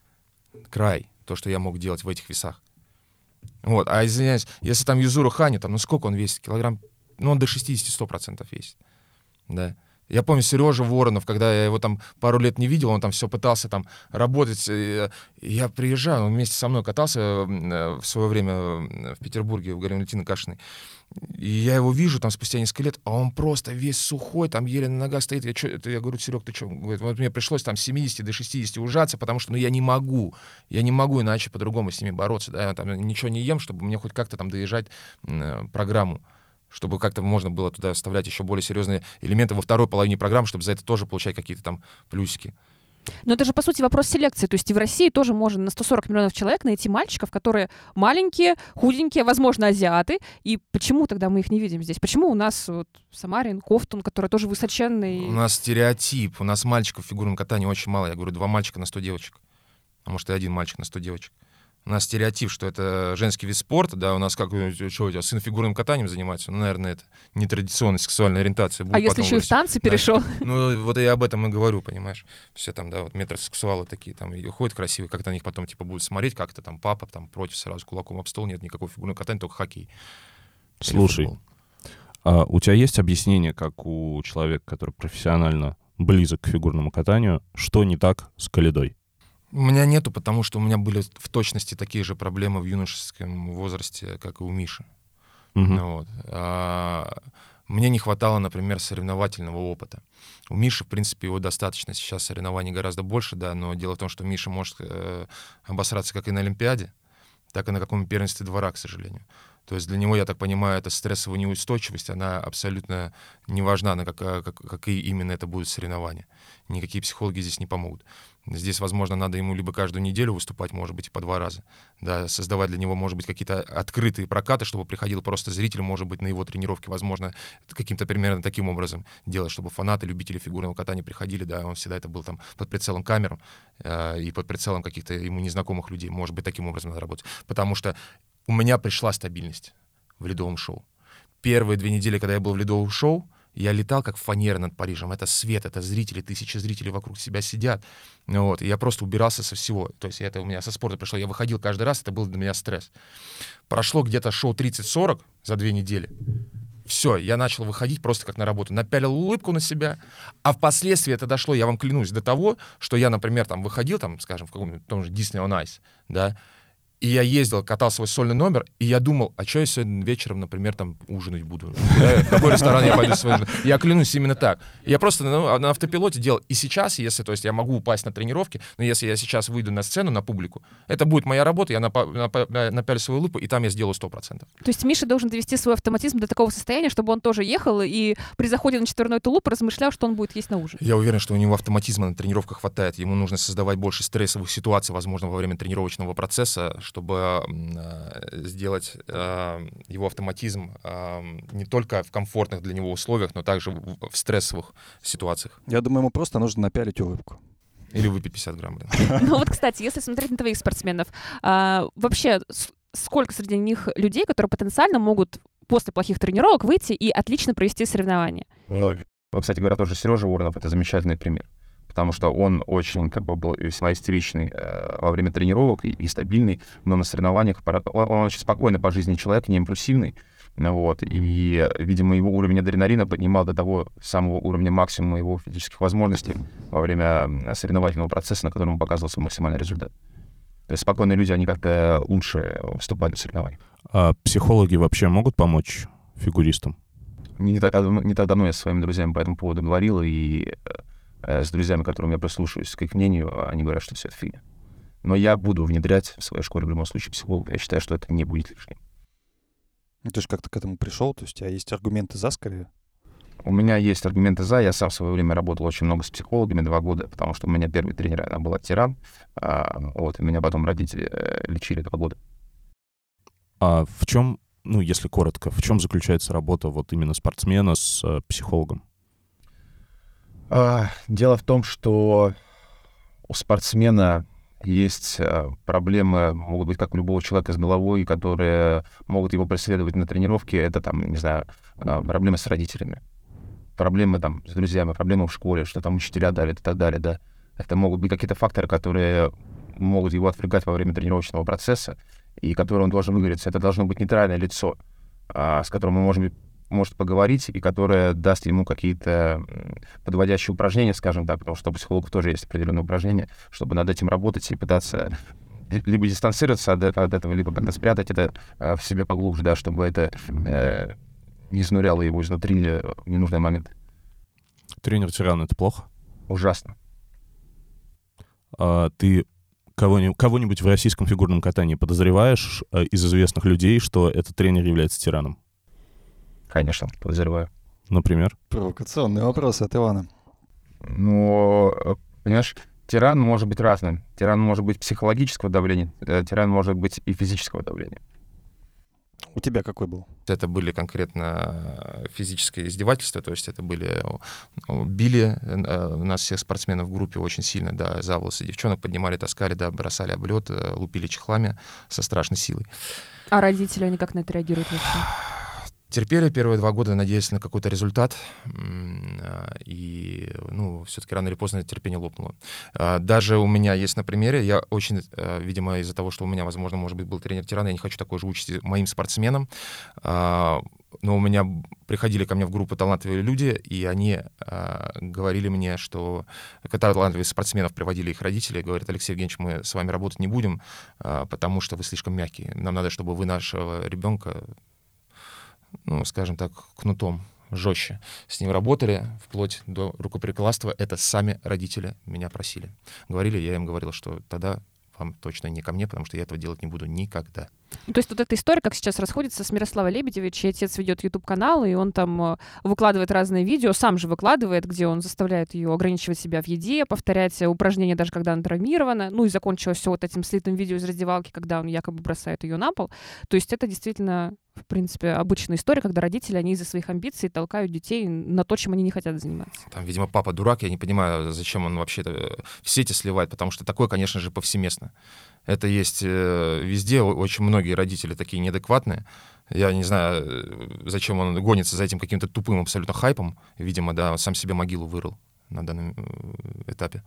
Край. То, что я мог делать в этих весах. Вот. А, извиняюсь, если там Юзуру Хани, там, сколько он весит? Килограмм? Он до 60-100% весит. Да. Я помню Сережа Воронов, когда я его там пару лет не видел, он там все пытался там работать. Я приезжаю, он вместе со мной катался в свое время в Петербурге, в Галине Валентиновне Кашиной. И я его вижу там спустя несколько лет, а он просто весь сухой, там еле на ногах стоит. Я говорю, Серег, ты что? Говорит, вот мне пришлось там с 70 до 60 ужаться, потому что я не могу иначе по-другому с ними бороться. Да? Я там ничего не ем, чтобы мне хоть как-то там доезжать программу, чтобы как-то можно было туда вставлять еще более серьезные элементы во второй половине программы, чтобы за это тоже получать какие-то там плюсики. Но это же, по сути, вопрос селекции. То есть и в России тоже можно на 140 миллионов человек найти мальчиков, которые маленькие, худенькие, возможно, азиаты. И почему тогда мы их не видим здесь? Почему у нас вот Самарин, Ковтун, который тоже высоченный? У нас стереотип. У нас мальчиков в фигурном катании очень мало. Я говорю, 2 мальчика на 100 девочек. А может, и 1 мальчик на 100 девочек. У нас стереотип, что это женский вид спорта, да, у нас как, что у тебя, сын фигурным катанием занимается? Ну, наверное, это нетрадиционная сексуальная ориентация. А если еще и в танцы перешел? Ну, вот я об этом и говорю, понимаешь. Все там, да, вот метросексуалы такие, там, и ходят красивые, как-то на них потом, типа, будут смотреть, как-то там папа, там, против сразу кулаком об стол, нет никакого фигурного катания, только хоккей. Слушай, у тебя есть объяснение, как у человека, который профессионально близок к фигурному катанию, что не так с коледой? У меня нету, потому что у меня были в точности такие же проблемы в юношеском возрасте, как и у Миши. Вот. Мне не хватало, например, соревновательного опыта. У Миши, в принципе, его достаточно. Сейчас соревнований гораздо больше, да, но дело в том, что Миша может обосраться как и на Олимпиаде, так и на каком-нибудь первенстве двора, к сожалению. То есть для него, я так понимаю, эта стрессовая неустойчивость, она абсолютно не важна, какие именно это будут соревнования. Никакие психологи здесь не помогут. Здесь, возможно, надо ему либо каждую неделю выступать, может быть, и по 2 раза. Да, создавать для него, может быть, какие-то открытые прокаты, чтобы приходил просто зритель, может быть, на его тренировки. Возможно, каким-то примерно таким образом делать, чтобы фанаты, любители фигурного катания приходили, да, он всегда это был там под прицелом камер и под прицелом каких-то ему незнакомых людей. Может быть, таким образом надо работать. Потому что у меня пришла стабильность в ледовом шоу. Первые 2 недели, когда я был в ледовом шоу, я летал как фанера над Парижем. Это свет, это зрители, 1000 зрителей вокруг себя сидят. Вот. И я просто убирался со всего. То есть это у меня со спорта пришло. Я выходил каждый раз, это был для меня стресс. Прошло где-то шоу 30-40 за 2 недели. Все, я начал выходить просто как на работу. Напялил улыбку на себя. А впоследствии это дошло, я вам клянусь, до того, что я, например, там выходил, там, скажем, в каком-нибудь том же Disney on Ice, да, и я ездил, катал свой сольный номер, и я думал, а что я сегодня вечером, например, там ужинать буду? В какой ресторан я пойду сегодня? Я клянусь, именно так. Я просто на автопилоте делал. И сейчас, если, то есть я могу упасть на тренировке, но если я сейчас выйду на сцену, на публику, это будет моя работа, я напялю свою лупу, и там я сделаю 100%. То есть Миша должен довести свой автоматизм до такого состояния, чтобы он тоже ехал и при заходе на четверной тулуп размышлял, что он будет есть на ужин. Я уверен, что у него автоматизма на тренировках хватает. Ему нужно создавать больше стрессовых ситуаций, возможно, во время тренировочного процесса, чтобы сделать его автоматизм не только в комфортных для него условиях, но также в стрессовых ситуациях. Я думаю, ему просто нужно напялить улыбку. Или выпить 50 грамм. Ну вот, кстати, если смотреть на твоих спортсменов, вообще сколько среди них людей, которые потенциально могут после плохих тренировок выйти и отлично провести соревнования? Ну, кстати говоря, тоже Сережа Воронов — это замечательный пример. потому что он очень был весьма истеричный во время тренировок и стабильный, но на соревнованиях он очень спокойный по жизни человек, не импульсивный. Вот. И, видимо, его уровень адреналина поднимал до того самого уровня максимума его физических возможностей во время соревновательного процесса, на котором он показывал свой максимальный результат. То есть спокойные люди, они как-то лучше выступают в соревнованиях. А психологи вообще могут помочь фигуристам? Не так давно я со своими друзьями по этому поводу говорил, и с друзьями, которым я прислушиваюсь к их мнению, они говорят, что все это фигня. Но я буду внедрять в своей школе в любом случае психолога. Я считаю, что это не будет лишним. Ты же как-то к этому пришел, то есть у тебя есть аргументы за, скорее? У меня есть аргументы за. Я сам в свое время работал очень много с психологами, 2 года, потому что у меня первый тренер, она была тиран. И меня потом родители лечили 2 года. А в чем, если коротко, в чем заключается работа вот именно спортсмена с психологом? Дело в том, что у спортсмена есть проблемы, могут быть как у любого человека с головой, которые могут его преследовать на тренировке. Это проблемы с родителями, проблемы с друзьями, проблемы в школе, что там учителя давят и так далее, да. Это могут быть какие-то факторы, которые могут его отвлекать во время тренировочного процесса, и которые он должен выговориться. Это должно быть нейтральное лицо, с которым он может поговорить, и которое даст ему какие-то подводящие упражнения, скажем так, потому что у психологов тоже есть определенные упражнения, чтобы над этим работать и пытаться либо дистанцироваться от этого, либо как-то спрятать это в себе поглубже, да, чтобы это не изнуряло его изнутри в ненужный момент. Тренер-тиран — это плохо? Ужасно. Ты кого-нибудь в российском фигурном катании подозреваешь из известных людей, что этот тренер является тираном? Конечно, подозреваю. Например? Провокационный вопрос от Ивана. Понимаешь, тиран может быть разным. Тиран может быть психологического давления, тиран может быть и физического давления. У тебя какой был? Это были конкретно физические издевательства, то есть это били нас всех спортсменов в группе очень сильно, да, за волосы девчонок поднимали, таскали, да, бросали об лед, лупили чехлами со страшной силой. А родители, они как на это реагируют вообще? Терпели первые 2 года, надеясь на какой-то результат, и, все-таки рано или поздно терпение лопнуло. Даже у меня есть на примере, я очень, видимо, из-за того, что у меня, возможно, может быть, был тренер-тиран, я не хочу такой же участи моим спортсменам, но у меня приходили ко мне в группу талантливые люди, и они говорили мне, что, когда талантливых спортсменов приводили их родители, говорят: Алексей Евгеньевич, мы с вами работать не будем, потому что вы слишком мягкие. Нам надо, чтобы вы нашего ребенка, скажем так, кнутом жестче с ним работали, вплоть до рукоприкладства. Это сами родители меня просили. Говорили, я им говорил, что тогда вам точно не ко мне, потому что я этого делать не буду никогда. То есть вот эта история, как сейчас расходится с Мирославой Лебедевой, чей отец ведет YouTube-канал, и он там выкладывает разные видео, сам же выкладывает, где он заставляет ее ограничивать себя в еде, повторять упражнения, даже когда она травмирована. И закончилось все вот этим слитым видео из раздевалки, когда он якобы бросает ее на пол. То есть это действительно, в принципе, обычная история, когда родители, они из-за своих амбиций толкают детей на то, чем они не хотят заниматься. Там, видимо, папа дурак, я не понимаю, зачем он вообще в сети сливает, потому что такое, конечно же, повсеместно. Это есть везде, очень многие родители такие неадекватные. Я не знаю, зачем он гонится за этим каким-то тупым абсолютно хайпом. Видимо, да, он сам себе могилу вырыл на данном этапе.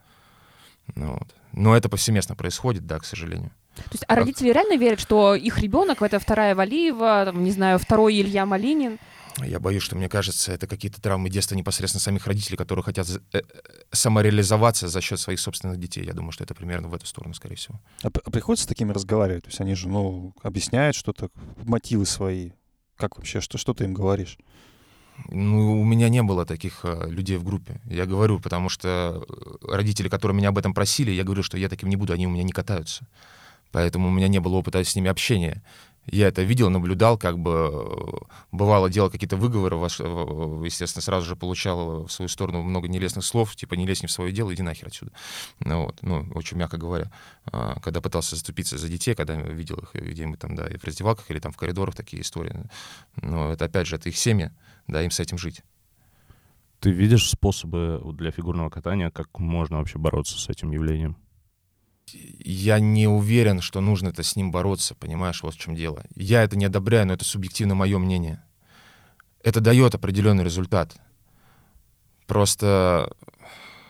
Но это повсеместно происходит, да, к сожалению. То есть, а родители реально верят, что их ребенок — это вторая Валиева, второй Илья Малинин? Я боюсь, что, мне кажется, это какие-то травмы детства непосредственно самих родителей, которые хотят самореализоваться за счет своих собственных детей. Я думаю, что это примерно в эту сторону, скорее всего. А приходится с такими разговаривать? То есть они же, объясняют что-то, мотивы свои. Как вообще, что ты им говоришь? У меня не было таких людей в группе. Я говорю, потому что родители, которые меня об этом просили, я говорю, что я таким не буду, они у меня не катаются. Поэтому у меня не было опыта с ними общения. Я это видел, наблюдал, бывало, делал какие-то выговоры, естественно, сразу же получал в свою сторону много нелестных слов, типа «не лезь не в свое дело, иди нахер отсюда». Очень мягко говоря. Когда пытался заступиться за детей, когда видел их где-нибудь там, да, и в раздевалках, или там в коридорах такие истории. Но это, опять же, это их семьи, да, им с этим жить. Ты видишь способы для фигурного катания, как можно вообще бороться с этим явлением? Я не уверен, что нужно это с ним бороться, понимаешь, вот в чем дело. Я это не одобряю, но это субъективно мое мнение. Это дает определенный результат. Просто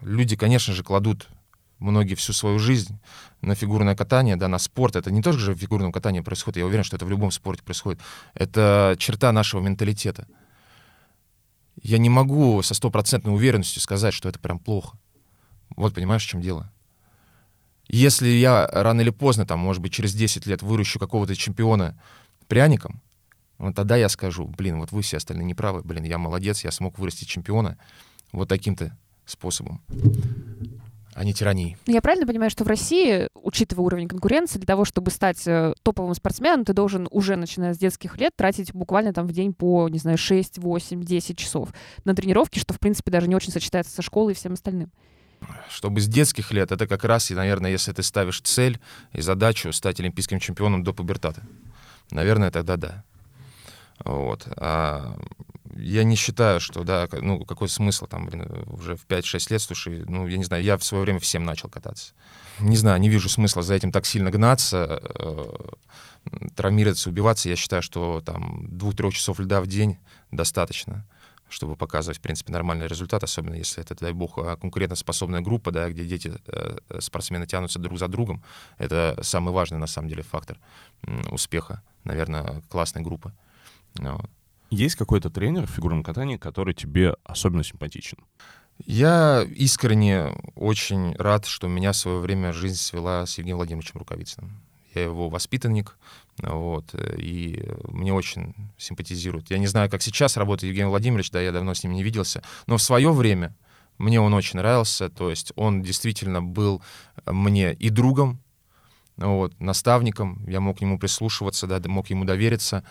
люди, конечно же, кладут многие всю свою жизнь на фигурное катание, да, на спорт. Это не только же в фигурном катании происходит, я уверен, что это в любом спорте происходит. Это черта нашего менталитета. Я не могу со стопроцентной уверенностью сказать, что это прям плохо. Вот понимаешь, в чем дело? Если я рано или поздно, там, может быть, через 10 лет выращу какого-то чемпиона пряником, вот тогда я скажу, блин, вот вы все остальные неправы, блин, я молодец, я смог вырастить чемпиона вот таким-то способом, а не тиранией. Я правильно понимаю, что в России, учитывая уровень конкуренции, для того, чтобы стать топовым спортсменом, ты должен уже, начиная с детских лет, тратить буквально там в день по, не знаю, 6, 8, 10 часов на тренировки, что, в принципе, даже не очень сочетается со школой и всем остальным. Чтобы с детских лет, это как раз, и, наверное, если ты ставишь цель и задачу стать олимпийским чемпионом до пубертата, наверное, тогда да. Вот. Я не считаю, что, да, ну, какой смысл там, блин, уже в 5-6 лет, слушай, ну, я не знаю, я в свое время всем начал кататься. Не знаю, не вижу смысла за этим так сильно гнаться, травмироваться, убиваться. Я считаю, что там 2-3 часов льда в день достаточно, чтобы показывать, в принципе, нормальный результат, особенно если это, дай бог, конкурентоспособная группа, да, где дети, спортсмены тянутся друг за другом. Это самый важный, на самом деле, фактор успеха, наверное, классной группы. Вот. Есть какой-то тренер в фигурном катании, который тебе особенно симпатичен? Я искренне очень рад, что меня в свое время жизнь свела с Евгением Владимировичем Рукавицыным. Я его воспитанник, вот, и мне очень симпатизирует. Я не знаю, как сейчас работает Евгений Владимирович, да, я давно с ним не виделся, но в свое время мне он очень нравился, то есть он действительно был мне и другом, вот, наставником, я мог к нему прислушиваться, да, мог ему довериться.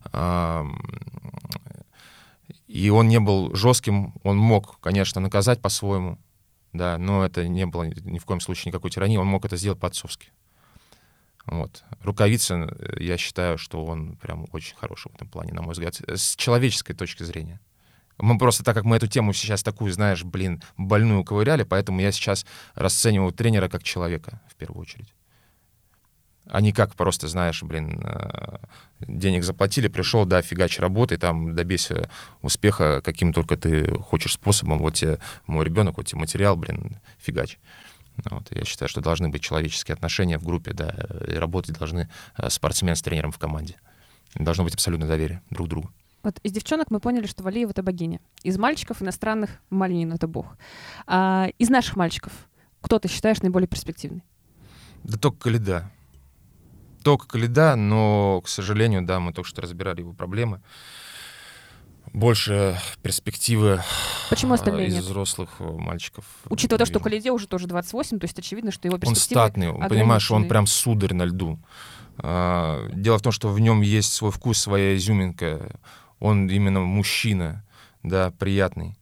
И он не был жестким, он мог, конечно, наказать по-своему, да, но это не было ни в коем случае никакой тирании, он мог это сделать по-отцовски. Вот. Рукавицын, я считаю, что он прям очень хороший в этом плане, на мой взгляд, с человеческой точки зрения. Мы просто, так как мы эту тему сейчас такую, знаешь, блин, больную ковыряли, поэтому я сейчас расцениваю тренера как человека, в первую очередь. А не как просто, знаешь, блин, денег заплатили, пришел, да, фигач, работай, там, добейся успеха, каким только ты хочешь способом. Вот тебе мой ребенок, вот тебе материал, блин, фигач. Вот, я считаю, что должны быть человеческие отношения в группе, да, и работать должны спортсмен с тренером в команде. Должно быть абсолютное доверие друг к другу. Вот из девчонок мы поняли, что Валиева — это богиня. Из мальчиков иностранных Малинин — это бог. А из наших мальчиков кто ты считаешь наиболее перспективный? Да только Коляда. Только Коляда, но, к сожалению, да, мы только что разбирали его проблемы. Больше перспективы Почему остальные из нет? взрослых мальчиков. Учитывая то, что Коляде уже тоже 28, то есть очевидно, что его Он перспективы статный, понимаешь, он прям сударь на льду. Дело в том, что в нем есть свой вкус, своя изюминка. Он именно мужчина, да, приятный.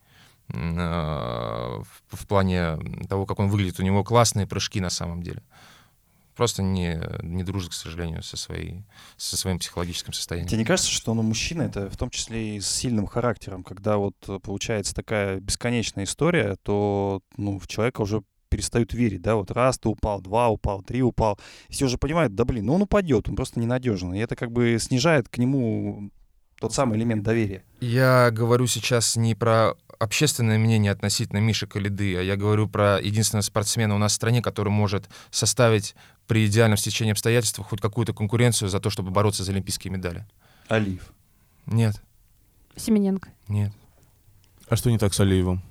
В плане того, как он выглядит, у него классные прыжки на самом деле. Просто не дружит, к сожалению, со своим психологическим состоянием. Тебе не кажется, что он мужчина, это в том числе и с сильным характером, когда вот получается такая бесконечная история, то в человека уже перестают верить, да, вот раз ты упал, 2 упал, 3 упал, все уже понимают, да блин, он упадет, он просто ненадежный, и это как бы снижает к нему тот самый элемент доверия. Я говорю сейчас не про общественное мнение относительно Миши Коляды, а я говорю про единственного спортсмена у нас в стране, который может составить при идеальном стечении обстоятельств хоть какую-то конкуренцию за то, чтобы бороться за олимпийские медали. Алиев. Нет. Семененко. Нет. А что не так с Алиевым?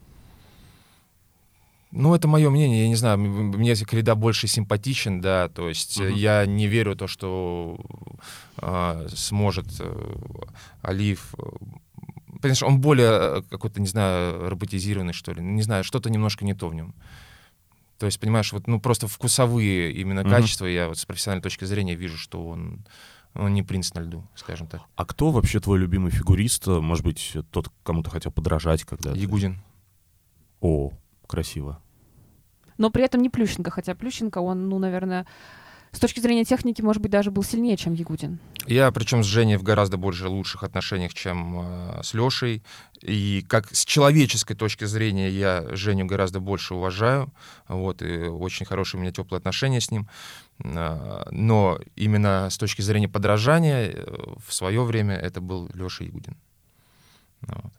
Это мое мнение, я не знаю, мне Коляда больше симпатичен, да, то есть я не верю в то, что сможет Алиев. Понимаешь, он более какой-то, не знаю, роботизированный, что ли, не знаю, что-то немножко не то в нем. То есть, понимаешь, вот, просто вкусовые именно качества, я вот с профессиональной точки зрения вижу, что он не принц на льду, скажем так. А кто вообще твой любимый фигурист? Может быть, тот, кому ты хотел подражать когда-то? Ягудин. О, красиво. Но при этом не Плющенко, хотя Плющенко, он, наверное, с точки зрения техники, может быть, даже был сильнее, чем Ягудин. Я, причем с Женей в гораздо больше лучших отношениях, чем с Лешей. И как с человеческой точки зрения я Женю гораздо больше уважаю. Вот, и очень хорошие у меня теплые отношения с ним. Но именно с точки зрения подражания в свое время это был Леша Ягудин. Вот.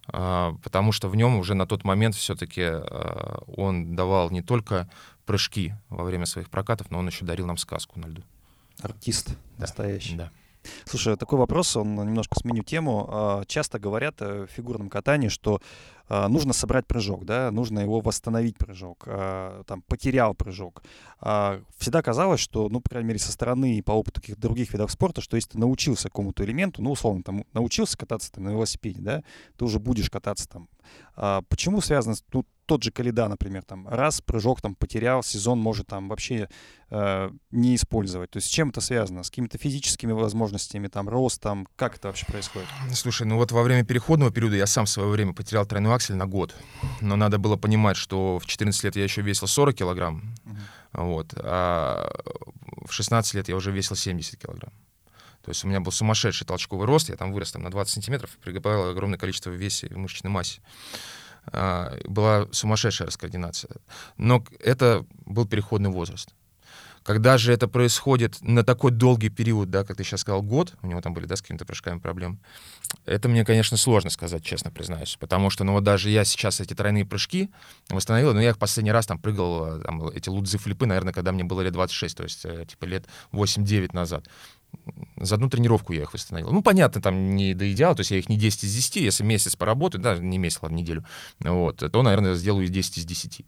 потому что в нем уже на тот момент все-таки он давал не только прыжки во время своих прокатов, но он еще дарил нам сказку на льду. Артист настоящий. Да. Слушай, такой вопрос, он немножко сменю тему. Часто говорят в фигурном катании, что нужно собрать прыжок, да, нужно его восстановить прыжок, там, потерял прыжок. Всегда казалось, что, ну, по крайней мере, со стороны и по опыту каких-то других видов спорта, что если ты научился какому-то элементу, ну, условно, там, научился кататься на велосипеде, да, ты уже будешь кататься там. Почему связано, ну, тот же Коляда, например, там, раз прыжок там потерял, сезон может там вообще не использовать. То есть с чем это связано? С какими-то физическими возможностями, там, ростом? Как это вообще происходит? Слушай, ну вот во время переходного периода я сам в свое время потерял тройной аксель на год. Но надо было понимать, что в 14 лет я еще весил 40 килограмм, вот, а в 16 лет я уже весил 70 килограмм. То есть у меня был сумасшедший толчковый рост, я там вырос там, на 20 сантиметров, прибавил огромное количество в весе и в мышечной массе. Была сумасшедшая раскоординация. Но это был переходный возраст. Когда же это происходит на такой долгий период, да, как ты сейчас сказал, год, у него там были, да, с какими-то прыжками проблемы, это мне, конечно, сложно сказать, честно признаюсь, потому что, ну, вот даже я сейчас эти тройные прыжки восстановил, но я их последний раз там прыгал, там, эти лудзы-флипы, наверное, когда мне было лет 26, то есть, типа, лет 8-9 назад. За одну тренировку я их восстановил. Ну, понятно, там не до идеала, то есть я их не 10 из 10, если месяц поработаю, да, не месяц, ладно, неделю, вот, то, наверное, сделаю 10 из 10.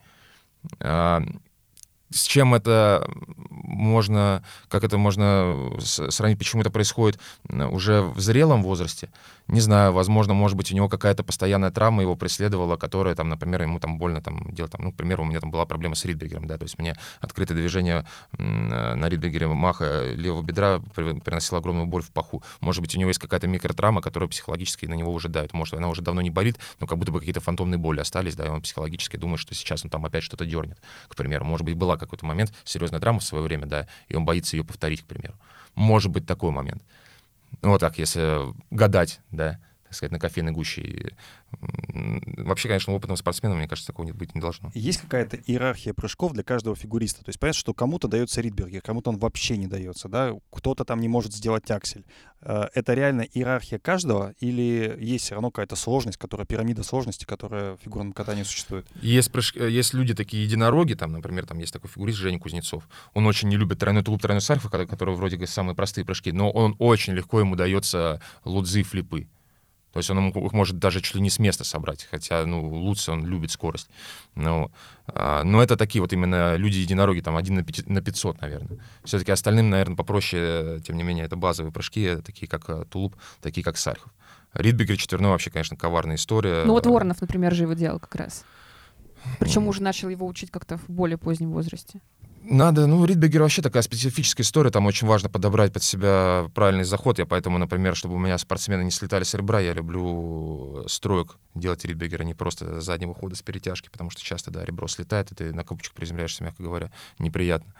С чем это можно, как это можно сравнить, почему это происходит уже в зрелом возрасте? Не знаю, возможно, может быть, у него какая-то постоянная травма его преследовала, которая, там, например, ему там больно там, делать. Там, ну, к примеру, у меня там была проблема с Ридбергером, да, то есть мне открытое движение на Ридбергере маха левого бедра приносило огромную боль в паху. Может быть, у него есть какая-то микротравма, которая психологически на него уже давит. Может, она уже давно не болит, но как будто бы какие-то фантомные боли остались, да, и он психологически думает, что сейчас он там опять что-то дернет, к примеру. Может быть, была какой-то момент, серьезная травма в свое время, да, и он боится ее повторить, к примеру. Может быть такой момент. Вот так, если гадать, да, так сказать, на кофейной гуще. Вообще, конечно, у опытного спортсмена, мне кажется, такого быть не должно. Есть какая-то иерархия прыжков для каждого фигуриста? То есть понятно, что кому-то дается Ридбергер, кому-то он вообще не дается, да? Кто-то там не может сделать аксель. Это реально иерархия каждого или есть все равно какая-то сложность, пирамида сложности, которая в фигурном катании существует? Есть люди такие единороги, там, например, там есть такой фигурист Женя Кузнецов. Он очень не любит тройной тулуп, тройной сальхов, которые вроде как самые простые прыжки, но он очень легко ему дается лудзы и флипы. То есть он их может даже чуть ли не с места собрать, хотя, ну, лучше он любит скорость. Но это такие вот именно люди-единороги, там, 1 на 500, наверное. Все-таки остальным, наверное, попроще, тем не менее, это базовые прыжки, такие как тулуп, такие как сальхов. Ридбергер четверной вообще, конечно, коварная история. Ну вот Воронов, например, же его делал как раз. Причем уже начал его учить как-то в более позднем возрасте. Ридбергер вообще такая специфическая история, там очень важно подобрать под себя правильный заход, я поэтому, например, чтобы у меня спортсмены не слетали с ребра, я люблю строек делать Ридбергера, не просто заднего хода с перетяжки, потому что часто, да, ребро слетает, и ты на копчик приземляешься, мягко говоря, неприятно.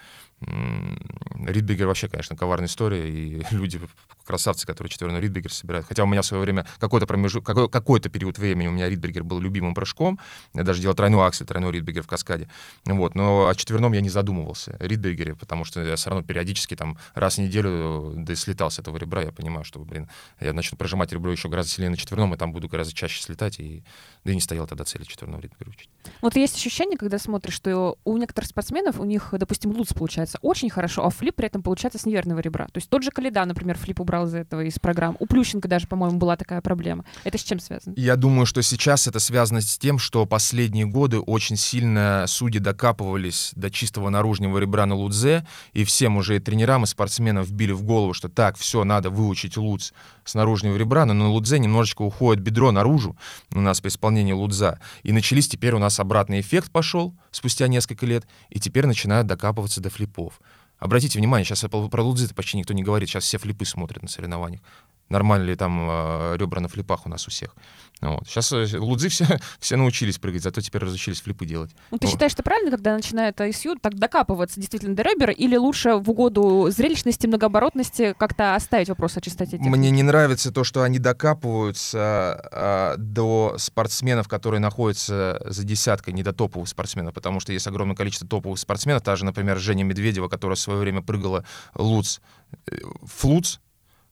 Ридбергер вообще, конечно, коварная история, и люди, красавцы, которые четверной Ридбергер собирают. Хотя у меня в свое время какой-то период времени у меня Ридбергер был любимым прыжком, я даже делал тройной аксель, тройной Ридбергер в каскаде, вот, но о четверном я не задумывался, Ридбергере, потому что я все равно периодически там раз в неделю слетал с этого ребра, я понимаю, что, я начну прожимать ребро еще гораздо сильнее на четверном, и там буду гораздо чаще слетать, и не стоял тогда цели четверного Ридбергера учить. Вот есть ощущение, когда смотришь, что у некоторых спортсменов, у них, допустим, лудз получается очень хорошо, а флип при этом получается с неверного ребра. То есть тот же Коляда, например, флип убрал из программ. У Плющенко даже, по-моему, была такая проблема. Это с чем связано? Я думаю, что сейчас это связано с тем, что последние годы очень сильно судьи докапывались до чистого наружного ребра на лудзе, и всем уже и тренерам, и спортсменам вбили в голову, что так, все, надо выучить лудз с наружного ребра, но на лудзе немножечко уходит бедро наружу у нас при исполнении лудза. И начались теперь у нас обратный эффект пошел спустя несколько лет, и теперь начинают докапываться до флипов. Обратите внимание, сейчас про лудзы почти никто не говорит, сейчас все флипы смотрят на соревнованиях. Нормально ли там ребра на флипах у нас у всех. Вот. Сейчас лудзы все научились прыгать, зато теперь разучились флипы делать. Ну, ты считаешь, что правильно, когда начинает ISU так докапываться действительно до ребер, или лучше в угоду зрелищности, многооборотности как-то оставить вопрос о чистоте техники? Мне не нравится то, что они докапываются до спортсменов, которые находятся за десяткой, не до топовых спортсменов, потому что есть огромное количество топовых спортсменов, та же, например, Женя Медведева, которая в свое время прыгала флудз,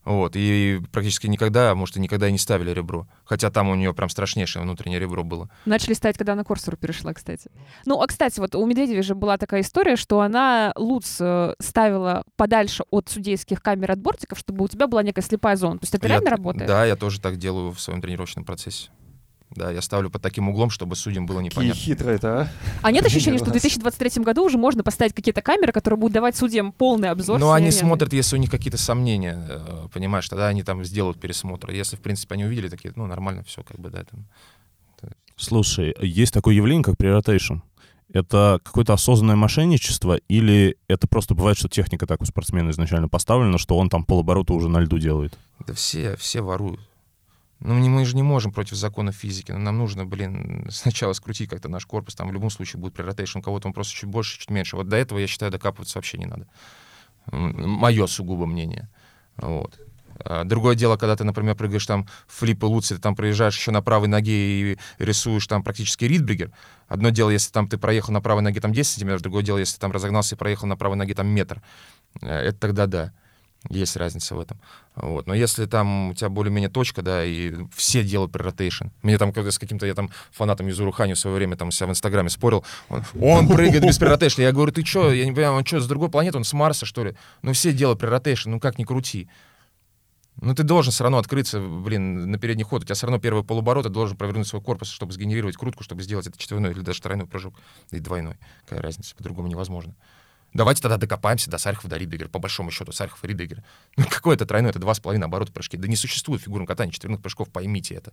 Вот, и практически никогда, может, и никогда и не ставили ребро. Хотя там у нее прям страшнейшее внутреннее ребро было. Начали ставить, когда она Корсору перешла, кстати. Ну, а, кстати, вот у Медведевой же была такая история, что она луц ставила подальше от судейских камер, от бортиков, чтобы у тебя была некая слепая зона. То есть это реально работает? Да, я тоже так делаю в своем тренировочном процессе. Да, я ставлю под таким углом, чтобы судьям было непонятно. Какие хитрые это, а? А нет ощущения, что в 2023 году уже можно поставить какие-то камеры, которые будут давать судьям полный обзор? Ну, они всей арены? смотрят, если у них какие-то сомнения, понимаешь, тогда они там сделают пересмотр. Если, в принципе, они увидели такие, ну, нормально все, как бы, да, там. Слушай, есть такое явление, как преротейшн. Это какое-то осознанное мошенничество или это просто бывает, что техника так у спортсмена изначально поставлена, что он там полоборота уже на льду делает? Да все воруют. Ну, мы же не можем против законов физики. Нам нужно, сначала скрутить как-то наш корпус. Там в любом случае будет преротейшн. У кого-то он просто чуть больше, чуть меньше. Вот до этого, я считаю, докапываться вообще не надо. Мое сугубо мнение. Вот. Другое дело, когда ты, например, прыгаешь там флипы луци, ты там проезжаешь еще на правой ноге и рисуешь там практически ридбригер. Одно дело, если там ты проехал на правой ноге там 10 сантиметров, другое дело, если ты там разогнался и проехал на правой ноге там метр. Это тогда да. Есть разница в этом. Вот. Но если там у тебя более-менее точка, да, и все делают преротейшн. Мне там с каким-то, я там фанатом Юзуру Ханю в свое время там себя в Инстаграме спорил. Он прыгает без преротейшна. Я говорю, ты что? Я не понимаю, он что, с другой планеты? Он с Марса, что ли? Ну все делают преротейшн, ну как ни крути. Ну ты должен все равно открыться, на передний ход. У тебя все равно первый полуоборот, ты должен провернуть свой корпус, чтобы сгенерировать крутку, чтобы сделать это четверной или даже тройной прыжок. И двойной. Какая разница? По-другому невозможно. Давайте тогда докопаемся до Сарихова, до Ридегера. По большому счету, Сарихов и Ридегер. Ну, какой это тройной? Это 2,5 оборота прыжки. Да не существует в фигурном катании четверных прыжков, поймите это.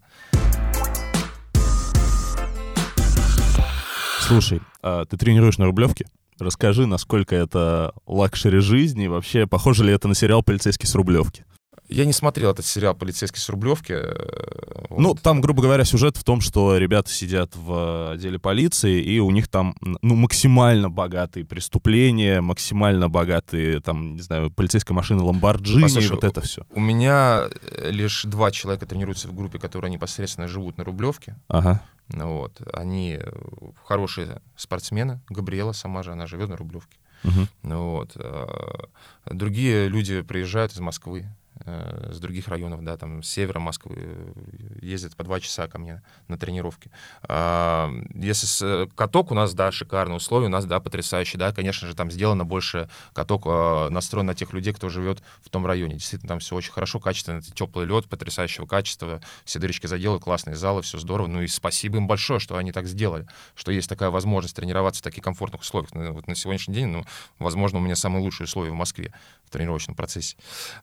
Слушай, ты тренируешь на Рублевке? Расскажи, насколько это лакшери жизни, и вообще, похоже ли это на сериал «Полицейский с Рублевки»? Я не смотрел этот сериал «Полицейский с Рублевки». Ну, там, грубо говоря, сюжет в том, что ребята сидят в отделе полиции, и у них там, максимально богатые преступления, максимально богатые, там, не знаю, полицейская машина Ламборджини, Послушай, вот это все. У меня лишь 2 человека тренируются в группе, которые непосредственно живут на Рублевке. Ага. Вот. Они хорошие спортсмены. Габриэла сама же, она живет на Рублевке. Угу. Вот. Другие люди приезжают из Москвы, с других районов, да, там, с севера Москвы, ездят по 2 часа ко мне на тренировки. Если каток у нас, да, шикарные условия, у нас, да, потрясающие, да, конечно же, там сделано больше, каток настроен на тех людей, кто живет в том районе. Действительно, там все очень хорошо, качественно, теплый лед, потрясающего качества, все дырочки заделы, классные залы, все здорово. Ну и спасибо им большое, что они так сделали, что есть такая возможность тренироваться в таких комфортных условиях. Вот на сегодняшний день, возможно, у меня самые лучшие условия в Москве в тренировочном процессе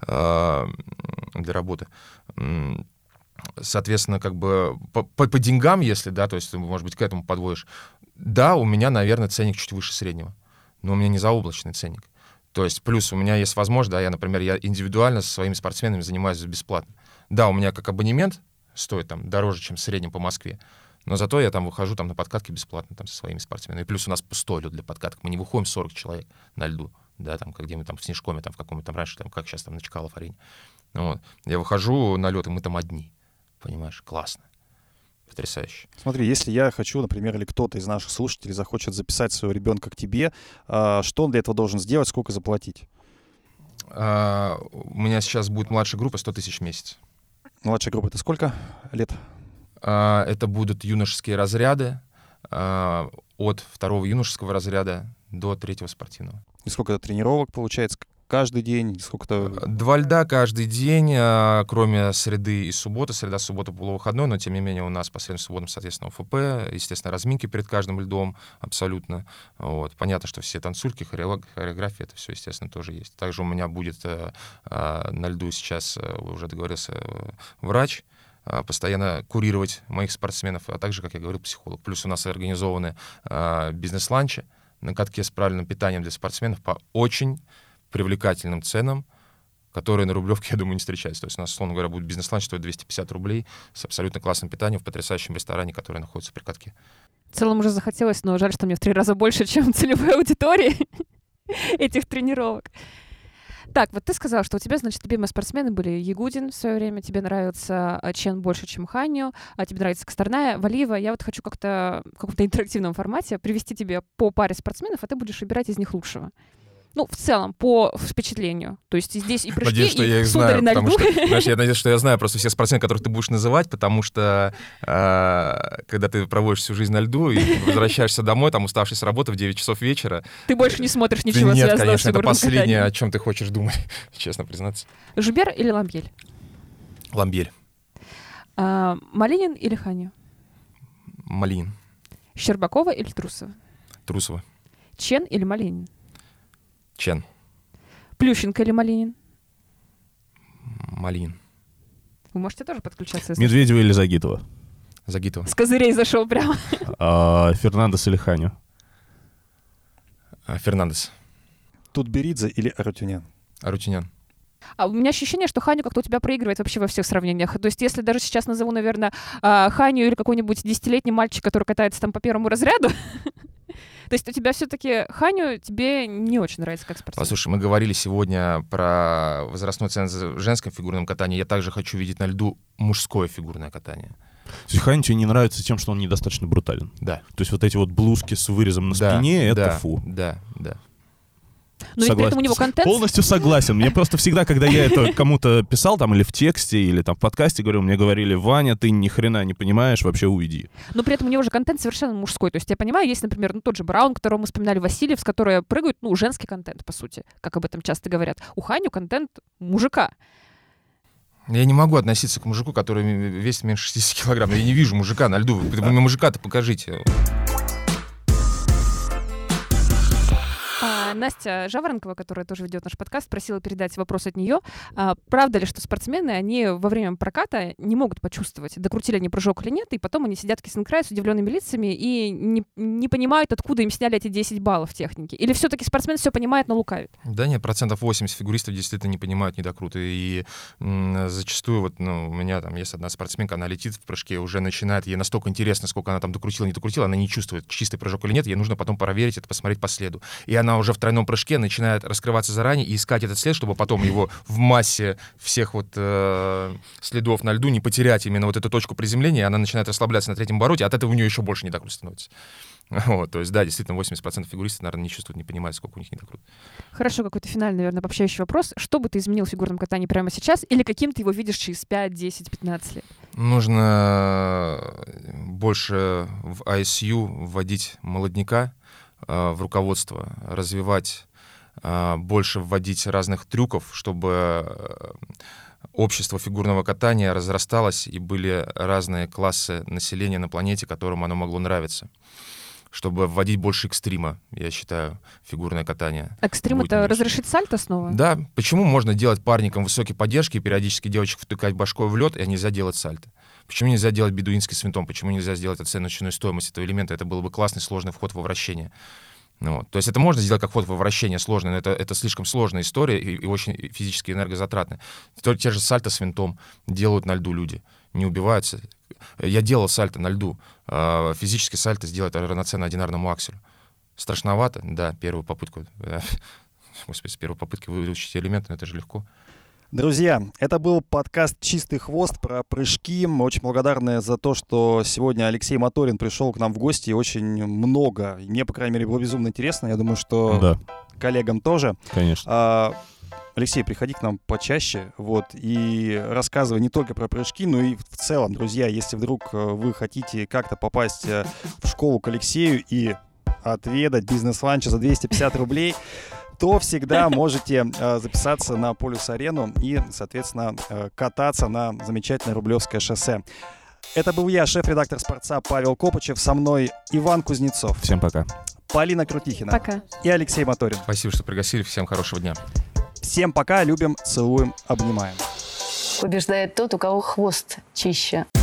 для работы. Соответственно, как бы по деньгам, если, да, то есть ты, может быть, к этому подводишь, да, у меня, наверное, ценник чуть выше среднего, но у меня не заоблачный ценник. То есть плюс у меня есть возможность, да, я индивидуально со своими спортсменами занимаюсь бесплатно. Да, у меня как абонемент стоит там дороже, чем в среднем по Москве, но зато я там выхожу там на подкатки бесплатно там со своими спортсменами. И плюс у нас пустой лед для подкаток. Мы не выходим 40 человек на льду, да, там, где мы там в Снежкоме, там в каком-то там раньше, там, как сейчас там на Чкалов-арене. Вот. Я выхожу на лед, и мы там одни. Понимаешь? Классно. Потрясающе. Смотри, если я хочу, например, или кто-то из наших слушателей захочет записать своего ребенка к тебе, что он для этого должен сделать, сколько заплатить? У меня сейчас будет младшая группа 100 тысяч в месяц. Младшая группа — это сколько лет? Это будут юношеские разряды от 2-го юношеского разряда до 3-го спортивного. И сколько тренировок получается каждый день? Сколько-то... 2 льда каждый день, кроме среды и субботы. Среда, суббота полувыходной, но тем не менее у нас по средам субботам, соответственно, ОФП, естественно, разминки перед каждым льдом абсолютно. Вот. Понятно, что все танцульки, хореография, это все, естественно, тоже есть. Также у меня будет на льду сейчас, уже договорился, врач, постоянно курировать моих спортсменов, а также, как я говорил, психолог. Плюс у нас организованы бизнес-ланчи на катке с правильным питанием для спортсменов по очень привлекательным ценам, которые на Рублевке, я думаю, не встречаются. То есть у нас, условно говоря, будет бизнес-ланч стоит 250 рублей с абсолютно классным питанием в потрясающем ресторане, который находится при катке. В целом уже захотелось, но жаль, что мне в 3 раза больше, чем целевой аудитории этих тренировок. Так, вот ты сказала, что у тебя, значит, любимые спортсмены были Ягудин в свое время, тебе нравится Чен больше, чем Ханю, а тебе нравится Косторная, Валиева. Я вот хочу как-то в каком-то интерактивном формате привести тебе по паре спортсменов, а ты будешь выбирать из них лучшего. Ну, в целом, по впечатлению. То есть здесь и прыжки, Надеюсь, что я и их сударь знаю, на потому льду. что, знаешь, я надеюсь, что я знаю просто все спортсменов, которых ты будешь называть, потому что когда ты проводишь всю жизнь на льду и возвращаешься домой, там, уставший с работы в 9 часов вечера... Ты больше не смотришь ничего, Нет, связанного конечно, с это фигурным последнее, катанием. о чем ты хочешь думать, честно признаться. Жубер или Ламбель? Ламбель. Малинин или Ханю? Малин. Щербакова или Трусова? Трусова. Чен или Малинин? Чен. Плющенко или Малинин? Малин. Вы можете тоже подключаться. Если Медведева или Загитова? Загитова. с козырей зашел прямо. Фернандес или Ханю? Фернандес. Тутберидзе или Арутюнян? Арутюнян. А у меня ощущение, что Ханю как-то у тебя проигрывает вообще во всех сравнениях. То есть если даже сейчас назову, наверное, Ханю или какой-нибудь 10-летний мальчик, который катается там по первому разряду, то есть у тебя все-таки Ханю тебе не очень нравится как спортсмен. Послушай, мы говорили сегодня про возрастной ценз в женском фигурном катании. Я также хочу видеть на льду мужское фигурное катание. То есть Ханю тебе не нравится тем, что он недостаточно брутален? Да. То есть вот эти вот блузки с вырезом на Да, спине, это да, фу. Да. Но ведь при этом у него контент... Полностью согласен. Мне просто всегда, когда я это кому-то писал, там, или в тексте, или там в подкасте говорил, мне говорили: Ваня, ты ни хрена не понимаешь, вообще уйди. Но при этом у него же контент совершенно мужской. То есть я понимаю, есть, например, тот же Браун, которого мы вспоминали, Васильев, с которой прыгают, женский контент, по сути, как об этом часто говорят. У Ханю контент мужика. Я не могу относиться к мужику, который весит меньше 60 килограмм. Я не вижу мужика на льду. Вы мне мужика-то покажите. Настя Жаворонкова, которая тоже ведет наш подкаст, просила передать вопрос от нее. Правда ли, что спортсмены, они во время проката не могут почувствовать, докрутили они прыжок или нет, и потом они сидят в кисенкрае с удивленными лицами и не понимают, откуда им сняли эти 10 баллов техники? Или все-таки спортсмен все понимает, но лукавит? Да нет, 80% фигуристов действительно не понимают недокруты. И зачастую вот, у меня там есть одна спортсменка, она летит в прыжке, уже начинает, ей настолько интересно, сколько она там докрутила, не докрутила, она не чувствует, чистый прыжок или нет, ей нужно потом проверить это, посмотреть по следу. И она уже в тройном прыжке начинает раскрываться заранее и искать этот след, чтобы потом его в массе всех вот следов на льду не потерять именно вот эту точку приземления. Она начинает расслабляться на третьем обороте, от этого у нее еще больше недокрут становится. Вот, то есть, да, действительно, 80% фигуристов, наверное, не чувствуют, не понимают, сколько у них недокрут. Хорошо, какой-то финальный, наверное, обобщающий вопрос. Что бы ты изменил в фигурном катании прямо сейчас? Или каким ты его видишь через 5, 10, 15 лет? Нужно больше в ISU вводить молодняка в руководство, развивать, больше вводить разных трюков, чтобы общество фигурного катания разрасталось и были разные классы населения на планете, которым оно могло нравиться. Чтобы вводить больше экстрима, я считаю, фигурное катание. Экстрим — это разрешить сальто снова? Да. Почему можно делать парникам высокие поддержки и периодически девочек втыкать башкой в лед, а нельзя делать сальто? Почему нельзя делать бедуинский с винтом? Почему нельзя сделать оценочную стоимость этого элемента? Это был бы классный, сложный вход во вращение. Вот. То есть это можно сделать как вход во вращение сложный, но это слишком сложная история и очень физически энергозатратная. Те же сальто с винтом делают на льду люди, не убиваются. Я делал сальто на льду. Физически сальто сделать равноценно одинарному акселю. Страшновато? Да, первую попытку. Господи, с первой попытки выучить элементы, но это же легко. Друзья, это был подкаст «Чистый хвост» про прыжки. Мы очень благодарны за то, что сегодня Алексей Моторин пришел к нам в гости. Очень много. Мне, по крайней мере, было безумно интересно. Я думаю, что коллегам тоже. Конечно. Алексей, приходи к нам почаще, и рассказывай не только про прыжки, но и в целом, друзья, если вдруг вы хотите как-то попасть в школу к Алексею и отведать бизнес-ланча за 250 рублей, то всегда можете записаться на Полюс-арену и, соответственно, кататься на замечательное Рублевское шоссе. Это был я, шеф-редактор «Спорца» Павел Копачев, со мной Иван Кузнецов. Всем пока. Полина Крутихина. Пока. И Алексей Моторин. Спасибо, что пригласили. Всем хорошего дня. Всем пока. Любим, целуем, обнимаем. Побеждает тот, у кого хвост чище.